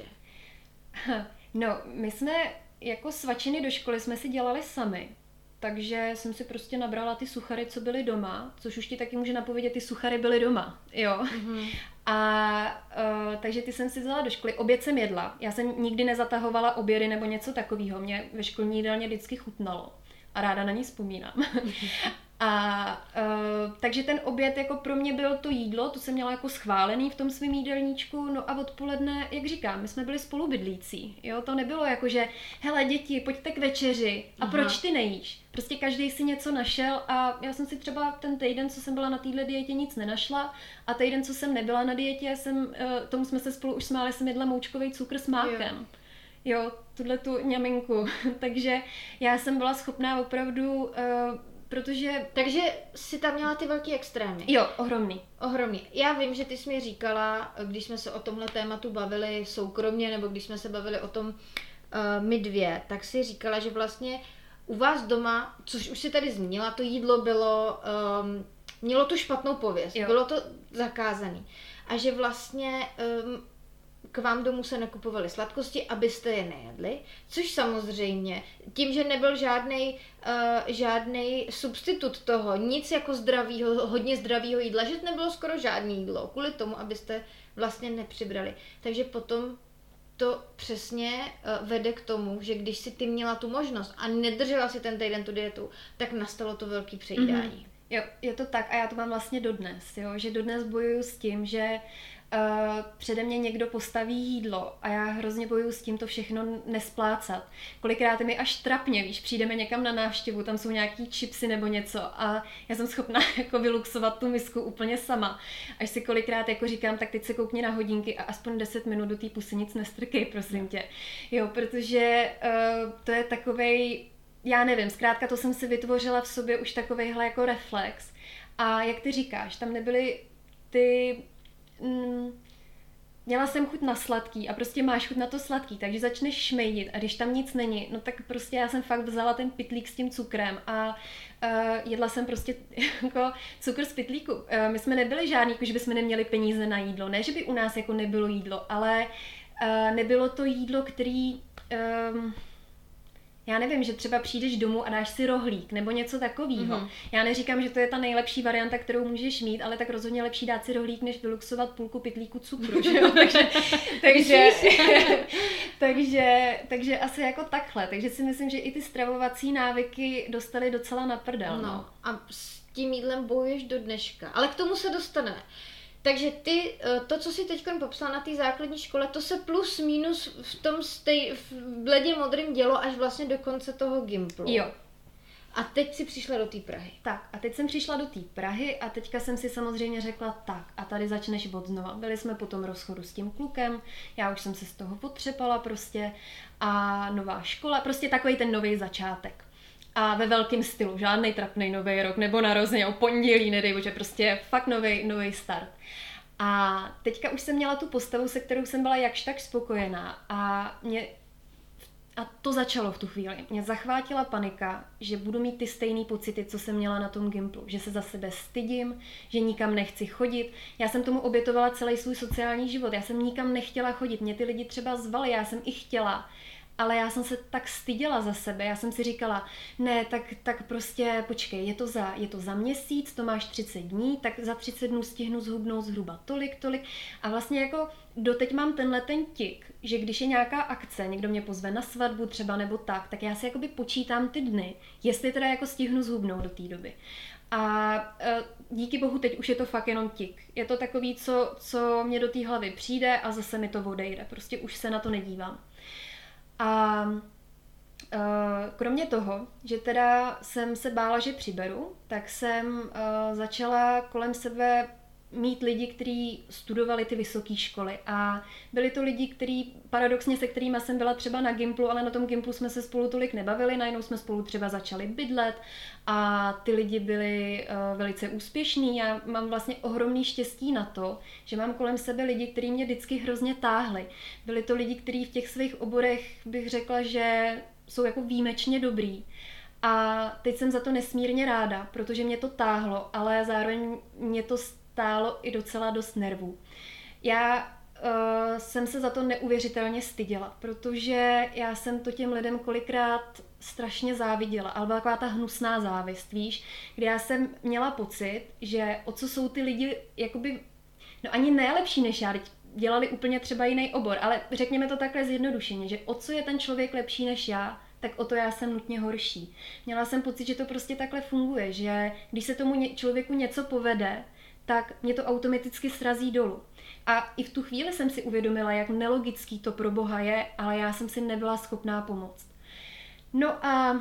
No, my jsme jako svačiny do školy jsme si dělali sami, takže jsem si prostě nabrala ty suchary, co byly doma, což už ti taky může napovědět, ty suchary byly doma, jo. Mm-hmm. A takže ty jsem si vzala do školy, oběd jsem jedla, já jsem nikdy nezatahovala obědy nebo něco takového, mě ve školní jídelně vždycky chutnalo a ráda na ní vzpomínám. A takže ten oběd jako pro mě byl to jídlo, to jsem měla jako schválený v tom svém jídelníčku, no a odpoledne, jak říkám, my jsme byli spolubydlící, jo, to nebylo jako, že hele děti, pojďte k večeři a proč ty nejíš? Prostě každý si něco našel a já jsem si třeba ten týden, co jsem byla na téhle dietě, nic nenašla a týden, co jsem nebyla na dietě, tomu jsme se spolu už smáli, jsem jedla moučkový cukr s mákem. Jo, tu ňaminku. Takže já jsem byla schopná opravdu, protože... Takže jsi tam měla ty velký extrémy. Jo, ohromný. Já vím, že ty jsi mi říkala, když jsme se o tomhle tématu bavili soukromně, nebo když jsme se bavili o tom my dvě, tak jsi říkala, že vlastně u vás doma, což už si tady zmínila, to jídlo bylo, mělo tu špatnou pověst, bylo to zakázané. A že vlastně k vám domů se nekupovaly sladkosti, abyste je nejedli, což samozřejmě, tím, že nebyl žádný substitut toho, nic jako zdravýho, hodně zdravýho jídla, že nebylo skoro žádný jídlo, kvůli tomu, abyste vlastně nepřibrali. Takže potom to přesně vede k tomu, že když si ty měla tu možnost a nedržela si ten týden tu dietu, tak nastalo to velký přejídání. Jo, je to tak a já to mám vlastně dodnes, jo, že dodnes bojuju s tím, že přede mě někdo postaví jídlo a já hrozně bojuju s tím to všechno nesplácat. Kolikrát je mi až trapně, víš, přijdeme někam na návštěvu, tam jsou nějaký chipsy nebo něco a já jsem schopná jako vyluxovat tu misku úplně sama. Až si kolikrát jako říkám, tak teď se koukni na hodinky a aspoň 10 minut do té pusy nic nestrkej, prosím tě. Jo, protože to je takovej, já nevím, zkrátka to jsem si vytvořila v sobě už takovejhle jako reflex. A jak ty říkáš, tam nebyly ty... Měla jsem chuť na sladký a prostě máš chuť na to sladký, takže začneš šmejdit a když tam nic není, no tak prostě já jsem fakt vzala ten pytlík s tím cukrem a jedla jsem prostě jako cukr z pytlíku. My jsme nebyli žádný, že bychom neměli peníze na jídlo, ne, že by u nás jako nebylo jídlo, ale nebylo to jídlo, který... Já nevím, že třeba přijdeš domů a dáš si rohlík nebo něco takového. Já neříkám, že to je ta nejlepší varianta, kterou můžeš mít, ale tak rozhodně lepší dát si rohlík, než vyluxovat půlku pytlíku cukru, že jo? takže asi jako takhle. Takže si myslím, že i ty stravovací návyky dostaly docela na prdel. No a s tím jídlem bojuješ do dneška. Ale k tomu se dostaneme. Takže ty, to, co jsi teď popsala na té základní škole, to se plus minus v tom v bledě modrým dělo až vlastně do konce toho gymplu. Jo. A teď si přišla do té Prahy. Tak a teď jsem přišla do té Prahy a teďka jsem si samozřejmě řekla tak a tady začneš od znova. Byli jsme po tom rozchodu s tím klukem, já už jsem se z toho potřepala prostě a nová škola, prostě takový ten nový začátek. A ve velkém stylu, žádnej trapnej nový rok, nebo narozeniny, pondělí, nedej bože, prostě fakt nový start. A teďka už jsem měla tu postavu, se kterou jsem byla jakž tak spokojená a to začalo v tu chvíli. Mě zachvátila panika, že budu mít ty stejný pocity, co jsem měla na tom gymplu, že se za sebe stydím, že nikam nechci chodit. Já jsem tomu obětovala celý svůj sociální život, já jsem nikam nechtěla chodit, mě ty lidi třeba zvali, já jsem i chtěla. Ale já jsem se tak styděla za sebe, já jsem si říkala, ne, tak prostě počkej, je to za měsíc, to máš 30 dní, tak za 30 dnů stihnu zhubnout zhruba tolik. A vlastně jako doteď mám tenhle ten tik, že když je nějaká akce, někdo mě pozve na svatbu třeba nebo tak já si jakoby počítám ty dny, jestli teda jako stihnu zhubnout do té doby. A díky bohu teď už je to fakt jenom tik. Je to takový, co mě do té hlavy přijde a zase mi to odejde, prostě už se na to nedívám. A kromě toho, že teda jsem se bála, že přiberu, tak jsem začala kolem sebe mít lidi, kteří studovali ty vysoké školy a byli to lidi, kteří paradoxně se kterými jsem byla třeba na gymplu, ale na tom gymplu jsme se spolu tolik nebavili, najednou jsme spolu třeba začali bydlet a ty lidi byli velice úspěšní. Já mám vlastně ohromný štěstí na to, že mám kolem sebe lidi, kteří mě vždycky hrozně táhli. Byli to lidi, kteří v těch svých oborech bych řekla, že jsou jako výjimečně dobrý. A teď jsem za to nesmírně ráda, protože mě to táhlo, ale zároveň mě to stálo i docela dost nervů. Já jsem se za to neuvěřitelně styděla, protože já jsem to těm lidem kolikrát strašně záviděla, ale byla taková ta hnusná závist, víš, kdy já jsem měla pocit, že o co jsou ty lidi jakoby, no ani nejlepší než já, dělali úplně třeba jiný obor, ale řekněme to takhle zjednodušeně, že o co je ten člověk lepší než já, tak o to já jsem nutně horší. Měla jsem pocit, že to prostě takhle funguje, že když se tomu člověku něco povede, tak mě to automaticky srazí dolů. A i v tu chvíli jsem si uvědomila, jak nelogický to pro Boha je, ale já jsem si nebyla schopná pomoct. No a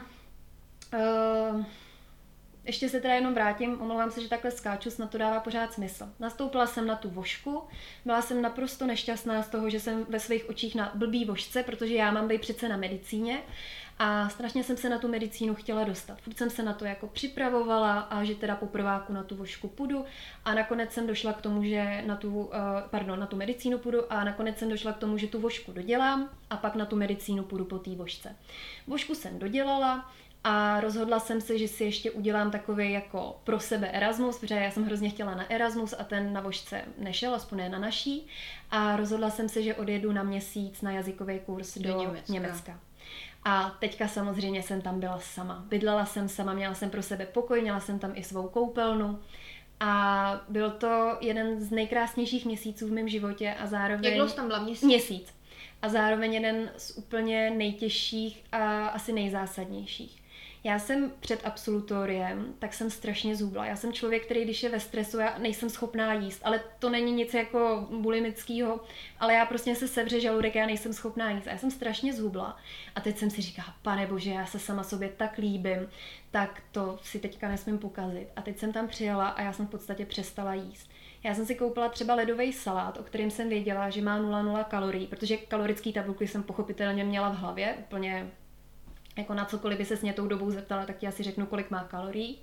ještě se teda jenom vrátím, omlouvám se, že takhle skáču, snad to dává pořád smysl. Nastoupila jsem na tu vožku, byla jsem naprosto nešťastná z toho, že jsem ve svých očích na blbý vožce, protože já mám být přece na medicíně a strašně jsem se na tu medicínu chtěla dostat. Furt jsem se na to jako připravovala a že teda po prváku na tu vožku půjdu a nakonec jsem došla k tomu, že na tu medicínu půjdu a nakonec jsem došla k tomu, že tu vožku dodělám a pak na tu medicínu půjdu po té vožce. Vožku jsem dodělala a rozhodla jsem se, že si ještě udělám takový jako pro sebe Erasmus, protože já jsem hrozně chtěla na Erasmus a ten na vožce nešel, aspoň ne na naší. A rozhodla jsem se, že odjedu na měsíc na jazykový kurz do Německa. A teďka samozřejmě jsem tam byla sama. Bydlela jsem sama, měla jsem pro sebe pokoj, měla jsem tam i svou koupelnu. A byl to jeden z nejkrásnějších měsíců v mém životě a zároveň... Jak dlouho jsi tam byla? Měsíc. A zároveň jeden z úplně nejtěžších a asi nejzásadnějších. Já jsem před absolutoriem, tak jsem strašně zhubla. Já jsem člověk, který když je ve stresu, já nejsem schopná jíst, ale to není nic jako bulimického, ale já prostě se sevře žaludek, já nejsem schopná jíst. A já jsem strašně zhubla. A teď jsem si říkala, pane bože, já se sama sobě tak líbím, tak to si teďka nesmím pokazit. A teď jsem tam přijela a já jsem v podstatě přestala jíst. Já jsem si koupila třeba ledový salát, o kterém jsem věděla, že má 0,0 kalorií, protože kalorický tabulky jsem pochopitelně měla v hlavě, úplně jako na cokoliv by se mě tou dobou zeptala, tak ti asi řeknu, kolik má kalorií.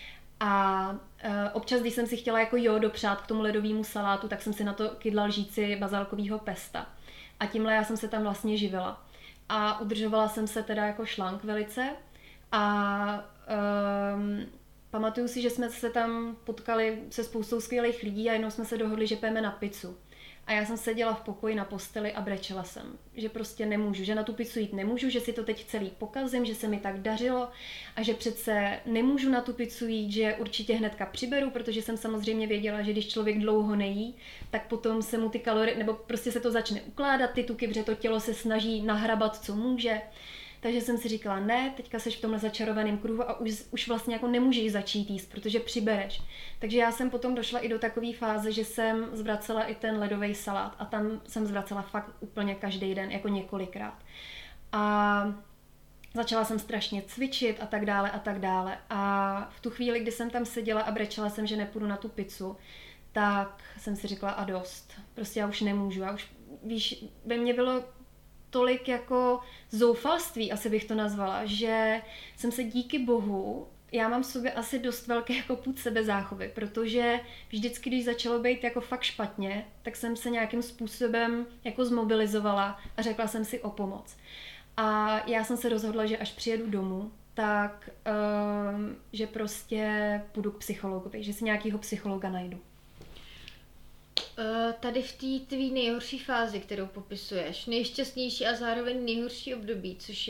A občas, když jsem si chtěla jako dopřát k tomu ledovému salátu, tak jsem si na to kydla lžíci bazalkového pesta. A tímhle já jsem se tam vlastně živila. A udržovala jsem se teda jako šlank velice. A pamatuju si, že jsme se tam potkali se spoustou skvělých lidí a jednou jsme se dohodli, že půjdeme na pizzu. A já jsem seděla v pokoji na posteli a brečela jsem, že prostě nemůžu, že na tu pizzu jít nemůžu, že si to teď celý pokazím, že se mi tak dařilo a že přece nemůžu na tu pizzu jít, že určitě hnedka přiberu, protože jsem samozřejmě věděla, že když člověk dlouho nejí, tak potom se mu ty kalorie, nebo prostě se to začne ukládat, ty tuky, protože to tělo se snaží nahrabat, co může. Takže jsem si říkala, ne, teďka seš v tomhle začarovaném kruhu a už vlastně jako nemůžeš začít jíst, protože přibereš. Takže já jsem potom došla i do takové fáze, že jsem zvracela i ten ledový salát a tam jsem zvracela fakt úplně každý den, jako několikrát. A začala jsem strašně cvičit a tak dále a tak dále. A v tu chvíli, kdy jsem tam seděla a brečela jsem, že nepůjdu na tu pizzu, tak jsem si řekla a dost. Prostě já už nemůžu. Já už, víš, ve mně bylo tolik jako zoufalství, asi bych to nazvala, že jsem se díky bohu, já mám v sobě asi dost velké jako pud sebezáchovy, protože vždycky, když začalo být jako fakt špatně, tak jsem se nějakým způsobem jako zmobilizovala a řekla jsem si o pomoc. A já jsem se rozhodla, že až přijedu domů, tak že prostě půjdu k psychologovi, že si nějakýho psychologa najdu. Tady v té tvý nejhorší fázi, kterou popisuješ, nejšťastnější a zároveň nejhorší období, což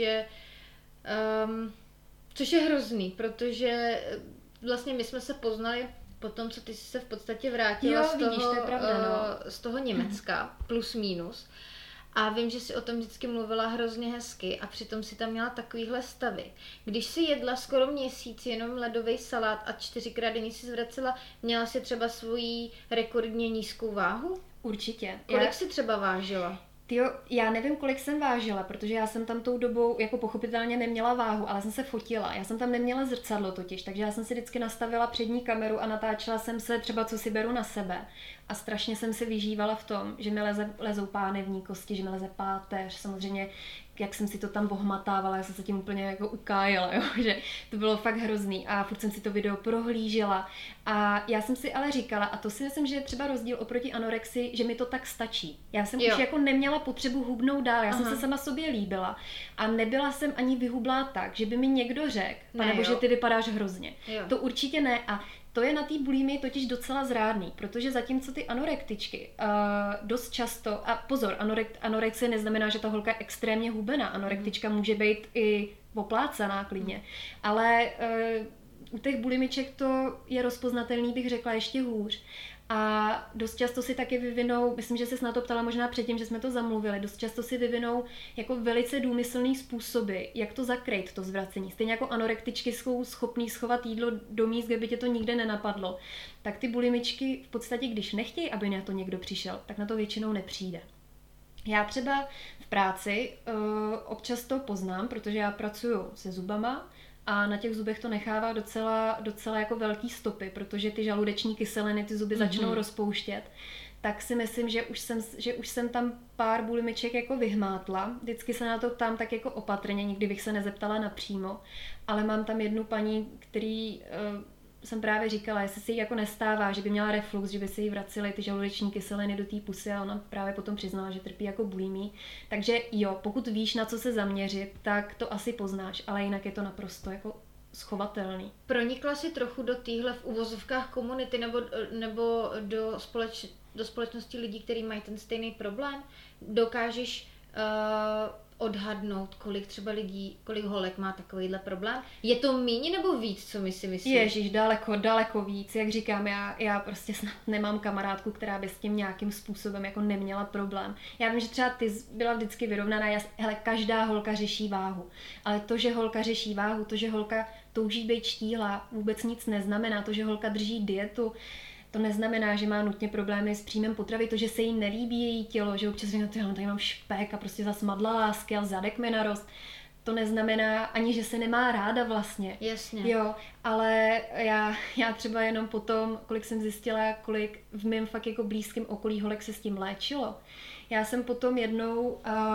je hrozný, protože vlastně my jsme se poznali po tom, co ty jsi se v podstatě vrátila z toho Německa, plus minus. A vím, že jsi o tom vždycky mluvila hrozně hezky a přitom si tam měla takovýhle stavy. Když jsi jedla skoro měsíc jenom ledový salát a 4krát denně si zvracela, měla jsi třeba svoji rekordně nízkou váhu? Určitě. Kolik jsi třeba vážila? Tyjo, já nevím, kolik jsem vážila, protože já jsem tam tou dobou jako pochopitelně neměla váhu, ale jsem se fotila. Já jsem tam neměla zrcadlo totiž, takže já jsem si vždycky nastavila přední kameru a natáčela jsem se třeba, co si beru na sebe. A strašně jsem si vyžívala v tom, že mi lezou pánevní kosti, že mi leze páteř, samozřejmě jak jsem si to tam ohmatávala, já jsem se tím úplně jako ukájela, jo? Že to bylo fakt hrozný a furt jsem si to video prohlížela a já jsem si ale říkala, a to si myslím, že je třeba rozdíl oproti anorexii, že mi to tak stačí. Já jsem už jako neměla potřebu hubnout dál, já jsem se sama sobě líbila a nebyla jsem ani vyhublá tak, že by mi někdo řekl, panebože, ty vypadáš hrozně. Jo. To určitě ne a to je na té bulimii totiž docela zrádný, protože zatímco ty anorektičky dost často, a pozor, anorexie neznamená, že ta holka je extrémně hubená, anorektička může být i oplácaná klidně, ale U těch bulimiček to je rozpoznatelný, bych řekla, ještě hůř. A dost často si taky vyvinou, myslím, že jsi na to ptala možná předtím, že jsme to zamluvili, dost často si vyvinou jako velice důmyslný způsoby, jak to zakrýt, to zvracení. Stejně jako anorektičky jsou schopný schovat jídlo do míst, kde by tě to nikde nenapadlo. Tak ty bulimičky v podstatě, když nechtějí, aby na to někdo přišel, tak na to většinou nepřijde. Já třeba v práci občas to poznám, protože já pracuju se zubama, a na těch zubech to nechává docela jako velký stopy, protože ty žaludeční kyseliny ty zuby začnou rozpouštět. Tak si myslím, že už jsem tam pár bulimiček jako vyhmátla. Vždycky se na to ptám tak jako opatrně, nikdy bych se nezeptala napřímo. Ale mám tam jednu paní, který jsem právě říkala, jestli se jí jako nestává, že by měla reflux, že by se jí vracely ty žaludeční kyseliny do té pusy a ona právě potom přiznala, že trpí jako bulimí. Takže jo, pokud víš, na co se zaměřit, tak to asi poznáš, ale jinak je to naprosto jako schovatelný. Pronikla si trochu do téhle v uvozovkách komunity nebo do společnosti lidí, kteří mají ten stejný problém? Dokážeš odhadnout, kolik třeba lidí, kolik holek má takovýhle problém? Je to míň nebo víc, co my si myslíme? Ježiš, daleko víc. Jak říkám, já prostě snad nemám kamarádku, která by s tím nějakým způsobem jako neměla problém. Já vím, že třeba ty byla vždycky vyrovnaná, hele, každá holka řeší váhu. Ale to, že holka řeší váhu, to, že holka touží být štíhlá, vůbec nic neznamená. To, že holka drží dietu, to neznamená, že má nutně problémy s příjmem potravy, to, že se jí nelíbí její tělo, že občas říká, tady mám špek a prostě zas madla lásky a zadek mi narost. To neznamená ani, že se nemá ráda vlastně. Jasně. Jo, ale já třeba jenom potom, kolik jsem zjistila, kolik v mém fakt jako blízkém okolí holek se s tím léčilo. Já jsem potom jednou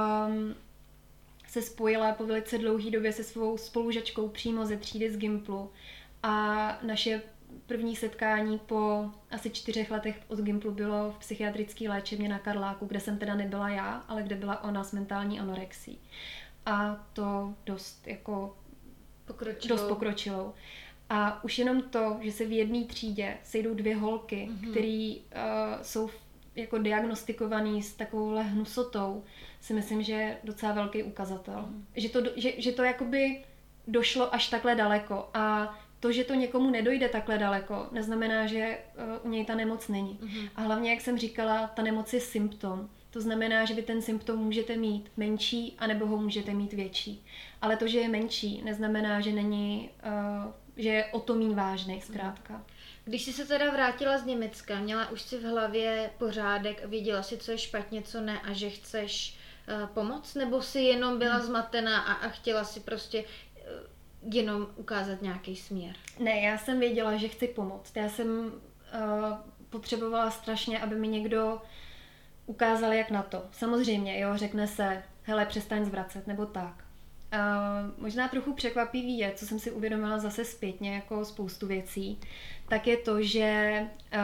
se spojila po velice dlouhé době se svou spolužačkou přímo ze třídy z Gimplu a naše první setkání po asi 4 letech od Gimplu bylo v psychiatrické léčebně na Karláku, kde jsem teda nebyla já, ale kde byla ona s mentální anorexí. A to dost pokročilou. A už jenom to, že se v jedné třídě sejdou 2 holky, které jsou jako diagnostikovaný s takovouhle hnusotou, si myslím, že je docela velký ukazatel. Že to jakoby došlo až takhle daleko a to, že to někomu nedojde takhle daleko, neznamená, že u něj ta nemoc není. A hlavně, jak jsem říkala, ta nemoc je symptom. To znamená, že vy ten symptom můžete mít menší, anebo ho můžete mít větší. Ale to, že je menší, neznamená, že není, že je o to míň vážnej, zkrátka. Když jsi se teda vrátila z Německa, měla už si v hlavě pořádek, věděla si, co je špatně, co ne a že chceš pomoct? Nebo si jenom byla zmatená a chtěla si prostě jenom ukázat nějaký směr? Ne, já jsem věděla, že chci pomoct. Já jsem potřebovala strašně, aby mi někdo ukázal, jak na to. Samozřejmě, jo, řekne se, hele, přestaň zvracet, nebo tak. Možná trochu překvapivý je, co jsem si uvědomila zase zpětně, jako spoustu věcí, tak je to, že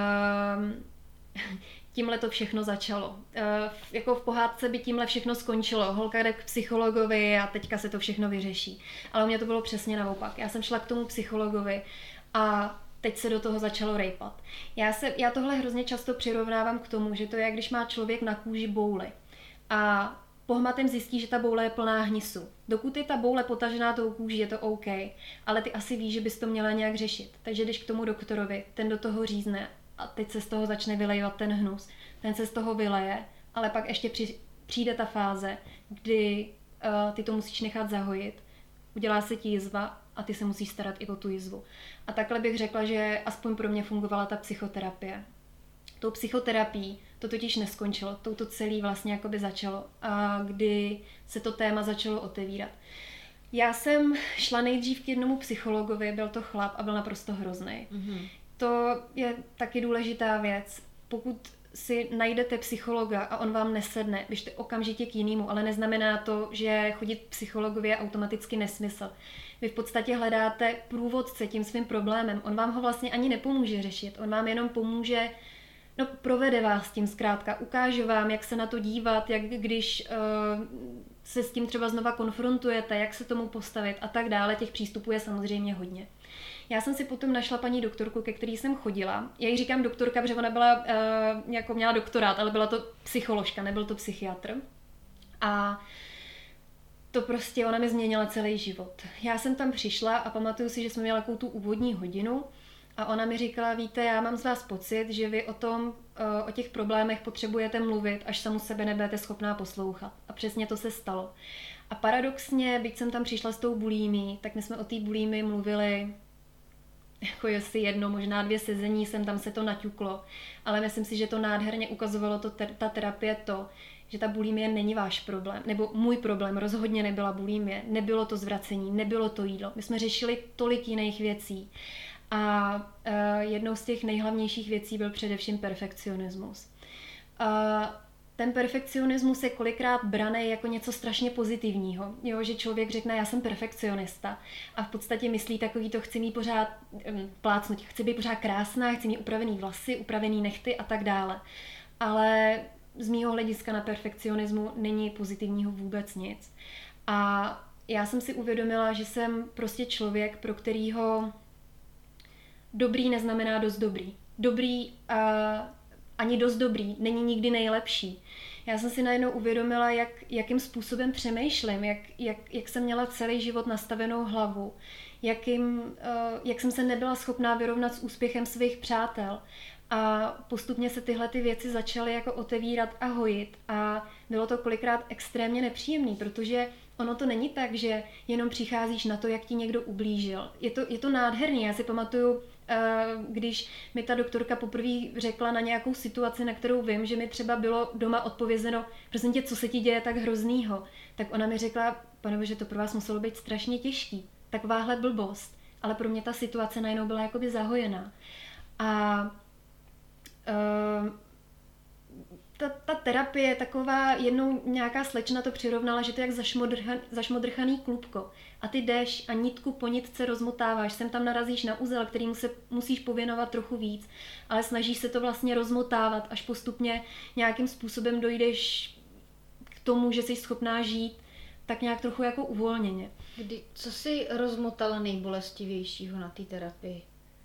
tímhle to všechno začalo. Jako v pohádce by tímhle všechno skončilo. Holka jde k psychologovi a teďka se to všechno vyřeší. Ale u mě to bylo přesně naopak. Já jsem šla k tomu psychologovi a teď se do toho začalo rejpat. Já tohle hrozně často přirovnávám k tomu, že to je, když má člověk na kůži bouli a pohmatem zjistí, že ta boule je plná hnisu. Dokud je ta boule potažená tou kůží, je to OK, ale ty asi víš, že bys to měla nějak řešit. Takže když k tomu doktorovi, ten do toho řízne a teď se z toho začne vylejvat ten hnus, ten se z toho vyleje, ale pak ještě přijde ta fáze, kdy ty to musíš nechat zahojit, udělá se ti jizva a ty se musíš starat i o tu jizvu. A takhle bych řekla, že aspoň pro mě fungovala ta psychoterapie. Tou psychoterapií to totiž neskončilo, to celé vlastně jakoby začalo, a kdy se to téma začalo otevírat. Já jsem šla nejdřív k jednomu psychologovi, byl to chlap a byl naprosto hrozný. To je taky důležitá věc. Pokud si najdete psychologa a on vám nesedne, běžte okamžitě k jinému, ale neznamená to, že chodit k psychologovi je automaticky nesmysl. Vy v podstatě hledáte průvodce tím svým problémem. On vám ho vlastně ani nepomůže řešit. On vám jenom pomůže, provede vás tím zkrátka, ukáže vám, jak se na to dívat, jak když se s tím třeba znova konfrontujete, jak se tomu postavit a tak dále. Těch přístupů je samozřejmě hodně. Já jsem si potom našla paní doktorku, ke který jsem chodila. Já jí říkám doktorka, protože ona byla, jako měla doktorát, ale byla to psycholožka, nebyl to psychiatr. A to prostě ona mi změnila celý život. Já jsem tam přišla a pamatuju si, že jsme měla takovou tu úvodní hodinu a ona mi říkala, víte, já mám z vás pocit, že vy o těch problémech potřebujete mluvit, až samu sebe nebudete schopná poslouchat. A přesně to se stalo. A paradoxně, byť jsem tam přišla s tou bulímí, tak my jsme o té bulímii mluvili jako jestli jedno, možná 2 sezení, jsem tam se to naťuklo, ale myslím si, že to nádherně ukazovalo ta terapie to, že ta bulimie není váš problém, nebo můj problém rozhodně nebyla bulimie, nebylo to zvracení, nebylo to jídlo. My jsme řešili tolik jiných věcí a jednou z těch nejhlavnějších věcí byl především perfekcionismus. Ten perfekcionismus je kolikrát braný jako něco strašně pozitivního, jo? Že člověk řekne, já jsem perfekcionista a v podstatě myslí takový to, chci mít pořád plácnutí, chci být pořád krásná, chci mít upravený vlasy, upravený nehty a tak dále. Ale z mýho hlediska na perfekcionismu není pozitivního vůbec nic. A já jsem si uvědomila, že jsem prostě člověk, pro kterýho dobrý neznamená dost dobrý. Dobrý ani dost dobrý není nikdy nejlepší. Já jsem si najednou uvědomila, jakým způsobem přemýšlím, jak jsem měla celý život nastavenou hlavu, jak jsem se nebyla schopná vyrovnat s úspěchem svých přátel. A postupně se tyhle ty věci začaly jako otevírat a hojit a bylo to kolikrát extrémně nepříjemný, protože ono to není tak, že jenom přicházíš na to, jak ti někdo ublížil. Je to nádherný. Já si pamatuju, když mi ta doktorka poprvé řekla na nějakou situaci, na kterou vím, že mi třeba bylo doma odpovězeno, prosím tě, co se ti děje tak hroznýho, tak ona mi řekla, panebože, to pro vás muselo být strašně těžký. Takováhle blbost. Ale pro mě ta situace najednou byla jakoby zahojená. A ta terapie je taková, jednou nějaká slečna to přirovnala, že to je jak zašmodrchaný klubko. A ty jdeš a nitku po nitce rozmotáváš, sem tam narazíš na uzel, kterýmu se musíš pověnovat trochu víc, ale snažíš se to vlastně rozmotávat, až postupně nějakým způsobem dojdeš k tomu, že jsi schopná žít tak nějak trochu jako uvolněně. Co jsi rozmotala nejbolestivějšího na té terapii?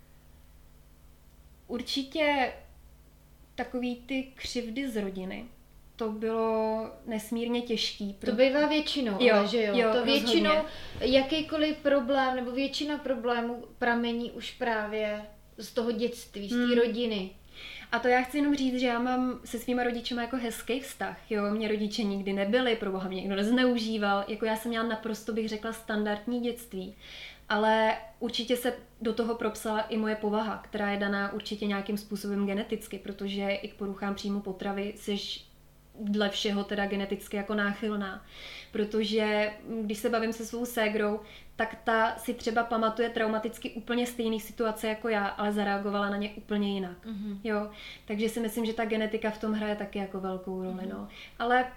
Určitě takový ty křivdy z rodiny. To bylo nesmírně těžký. To bývá většinou, ale že jo? To většinou jakýkoliv problém nebo většina problémů pramení už právě z toho dětství, z té rodiny. A to já chci jenom říct, že já mám se svýma rodičema jako hezký vztah. Jo, mě rodiče nikdy nebyli, pro boha mě někdo nezneužíval. Jako já jsem měla naprosto, bych řekla, standardní dětství. Ale určitě se do toho propsala i moje povaha, která je daná určitě nějakým způsobem geneticky, protože i k poruchám příjmu potravy seš dle všeho teda geneticky jako náchylná. Protože když se bavím se svou ségrou, tak ta si třeba pamatuje traumaticky úplně stejný situace jako já, ale zareagovala na ně úplně jinak. Mm-hmm. Jo? Takže si myslím, že ta genetika v tom hraje taky jako velkou roli. Mm-hmm. No. Ale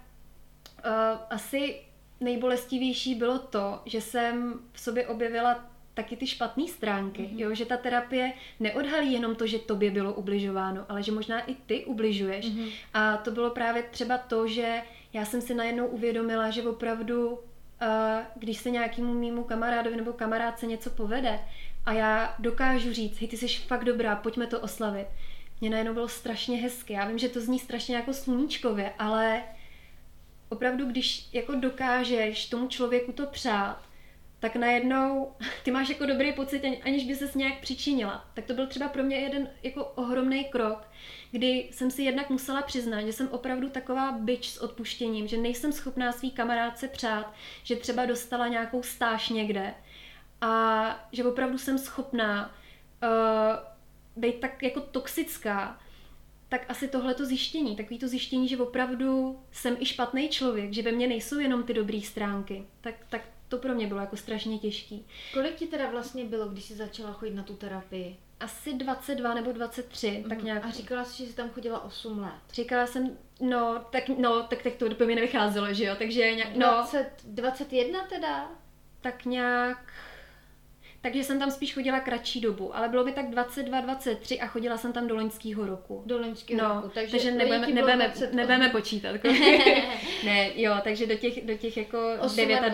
asi nejbolestivější bylo to, že jsem v sobě objevila taky ty špatné stránky, jo? Že ta terapie neodhalí jenom to, že tobě bylo ubližováno, ale že možná i ty ubližuješ. Mm-hmm. A to bylo právě třeba to, že já jsem si najednou uvědomila, že opravdu, když se nějakému mému kamarádovi nebo kamarádce něco povede a já dokážu říct, hej, ty jsi fakt dobrá, pojďme to oslavit. Mně najednou bylo strašně hezky. Já vím, že to zní strašně jako sluníčkově, ale opravdu, když jako dokážeš tomu člověku to přát, tak najednou ty máš jako dobrý pocit, aniž by ses nějak přičinila. Tak to byl třeba pro mě jeden jako ohromný krok, kdy jsem si jednak musela přiznat, že jsem opravdu taková bič s odpuštěním, že nejsem schopná svý kamarádce přát, že třeba dostala nějakou stáž někde a že opravdu jsem schopná být tak jako toxická. Tak asi tohleto zjištění, takový to zjištění, že opravdu jsem i špatný člověk, že ve mně nejsou jenom ty dobrý stránky, tak to pro mě bylo jako strašně těžký. Kolik ti teda vlastně bylo, když jsi začala chodit na tu terapii? Asi 22 nebo 23, tak nějak. A říkala jsi, že jsi tam chodila 8 let. Říkala jsem, tak to do mě nevycházelo, že jo, takže nějak, 21 teda? Tak nějak. Takže jsem tam spíš chodila kratší dobu, ale bylo mi tak 22, 23 a chodila jsem tam do loňského roku. Do loňského roku, takže nebudeme počítat. Ne, jo, takže do těch jako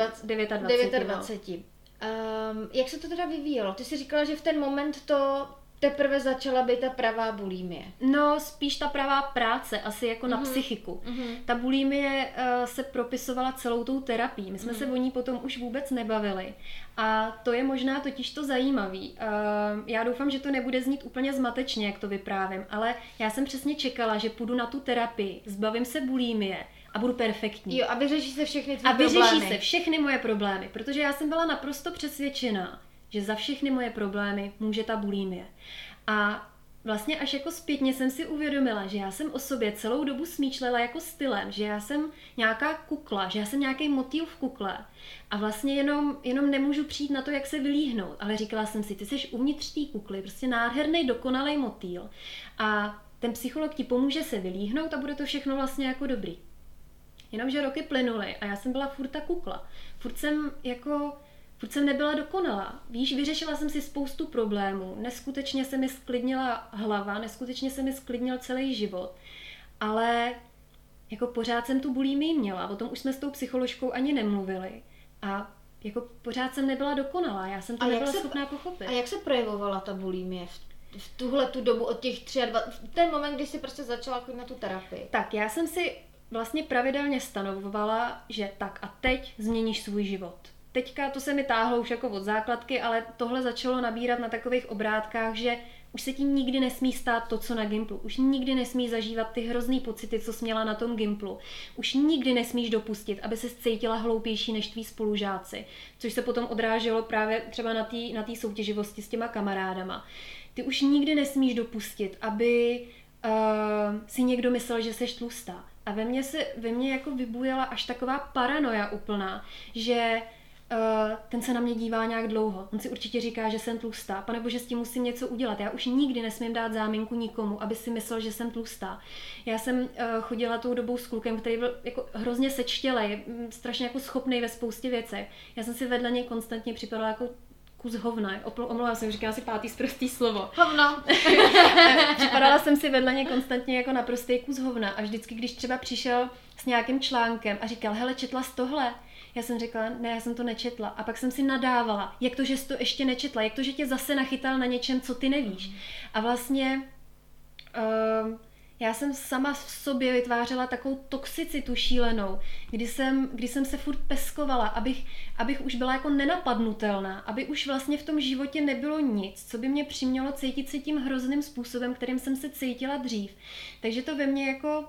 29. Jak se to teda vyvíjelo? Ty jsi říkala, že v ten moment to teprve začala být ta pravá bulimie? No, spíš ta pravá práce, asi jako na psychiku. Ta bulimie se propisovala celou tou terapií. My jsme se o ní potom už vůbec nebavili. A to je možná totiž to zajímavý. Já doufám, že to nebude znít úplně zmatečně, jak to vyprávím, ale já jsem přesně čekala, že půjdu na tu terapii, zbavím se bulimie a budu perfektní. Jo, a vyřeší se všechny tvoje problémy. A vyřeší se všechny moje problémy, protože já jsem byla naprosto přesvědčená, že za všechny moje problémy může ta bulimie. A vlastně až jako zpětně jsem si uvědomila, že já jsem o sobě celou dobu smýšlela jako stylem, že já jsem nějaká kukla, že já jsem nějaký motýl v kukle a vlastně jenom nemůžu přijít na to, jak se vylíhnout. Ale říkala jsem si, ty jsi uvnitř té kukly, prostě nádherný, dokonalej motýl a ten psycholog ti pomůže se vylíhnout a bude to všechno vlastně jako dobrý. Jenomže roky plynuly a já jsem byla furt ta kukla. Furt jsem nebyla dokonalá. Víš, vyřešila jsem si spoustu problémů, neskutečně se mi sklidnila hlava, neskutečně se mi sklidnil celý život, ale jako pořád jsem tu bulimii měla, o tom už jsme s tou psycholožkou ani nemluvili a jako pořád jsem nebyla dokonalá, já jsem to nebyla schopná pochopit. A jak se projevovala ta bulimie v tuhle tu dobu od těch 23, ten moment, kdy jsi prostě začala chodit na tu terapii? Tak, já jsem si vlastně pravidelně stanovovala, že tak a teď změníš svůj život. Teďka to se mi táhlo už jako od základky, ale tohle začalo nabírat na takových obrátkách, že už se ti nikdy nesmí stát to, co na Gimplu. Už nikdy nesmíš zažívat ty hrozný pocity, co jsi měla na tom Gimplu. Už nikdy nesmíš dopustit, aby se cítila hloupější než tví spolužáci. Což se potom odráželo právě třeba na té soutěživosti s těma kamarádama. Ty už nikdy nesmíš dopustit, aby si někdo myslel, že seš tlustá. A ve mně jako vybujela až taková paranoja úplná, že ten se na mě dívá nějak dlouho. On si určitě říká, že jsem tlustá. Panebože, s tím musím něco udělat. Já už nikdy nesmím dát záminku nikomu, aby si myslel, že jsem tlustá. Já jsem chodila tou dobou s klukem, který byl jako hrozně sečtělej, strašně jako schopnej ve spoustě věcech. Já jsem si vedle něj konstantně připadala jako kus hovna. Omlouvám se, říkala si pátý sprostý slovo. Hovno. Připadala jsem si vedle něj konstantně jako naprostý kus hovna. A vždycky, když třeba přišel s nějakým článkem a říkal, hele, četla jsi tohle? Já jsem řekla, ne, já jsem to nečetla. A pak jsem si nadávala, jak to, že jsi to ještě nečetla, jak to, že tě zase nachytal na něčem, co ty nevíš. A vlastně já jsem sama v sobě vytvářela takovou toxicitu šílenou, kdy jsem se furt peskovala, abych už byla jako nenapadnutelná, aby už vlastně v tom životě nebylo nic, co by mě přimělo cítit se tím hrozným způsobem, kterým jsem se cítila dřív. Takže to ve mně jako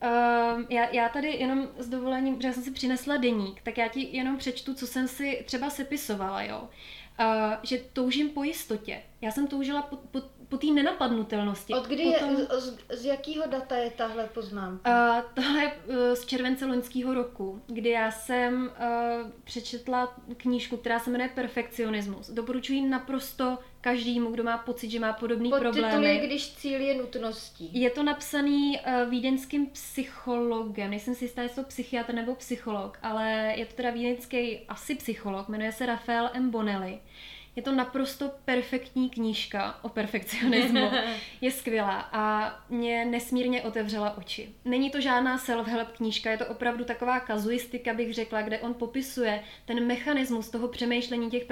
já tady jenom s dovolením, protože já jsem si přinesla deník, tak já ti jenom přečtu, co jsem si třeba sepisovala, jo. Že toužím po jistotě. Já jsem toužila po té nenapadnutelnosti. Od kdy z jakého data je tahle poznámka? Tohle je z července loňského roku, kdy já jsem přečetla knížku, která se jmenuje Perfekcionismus. Doporučuji naprosto každému, kdo má pocit, že má podobný problémy. Podtitul je, když cíl je nutností. Je to napsaný vídeňským psychologem, nejsem si jistá, jestli to psychiatr nebo psycholog, ale je to teda vídeňský asi psycholog, jmenuje se Raphael M. Bonelli. Je to naprosto perfektní knížka o perfekcionismu. Je skvělá a mě nesmírně otevřela oči. Není to žádná self-help knížka, je to opravdu taková kazuistika, bych řekla, kde on popisuje ten mechanismus toho přemýšlení těch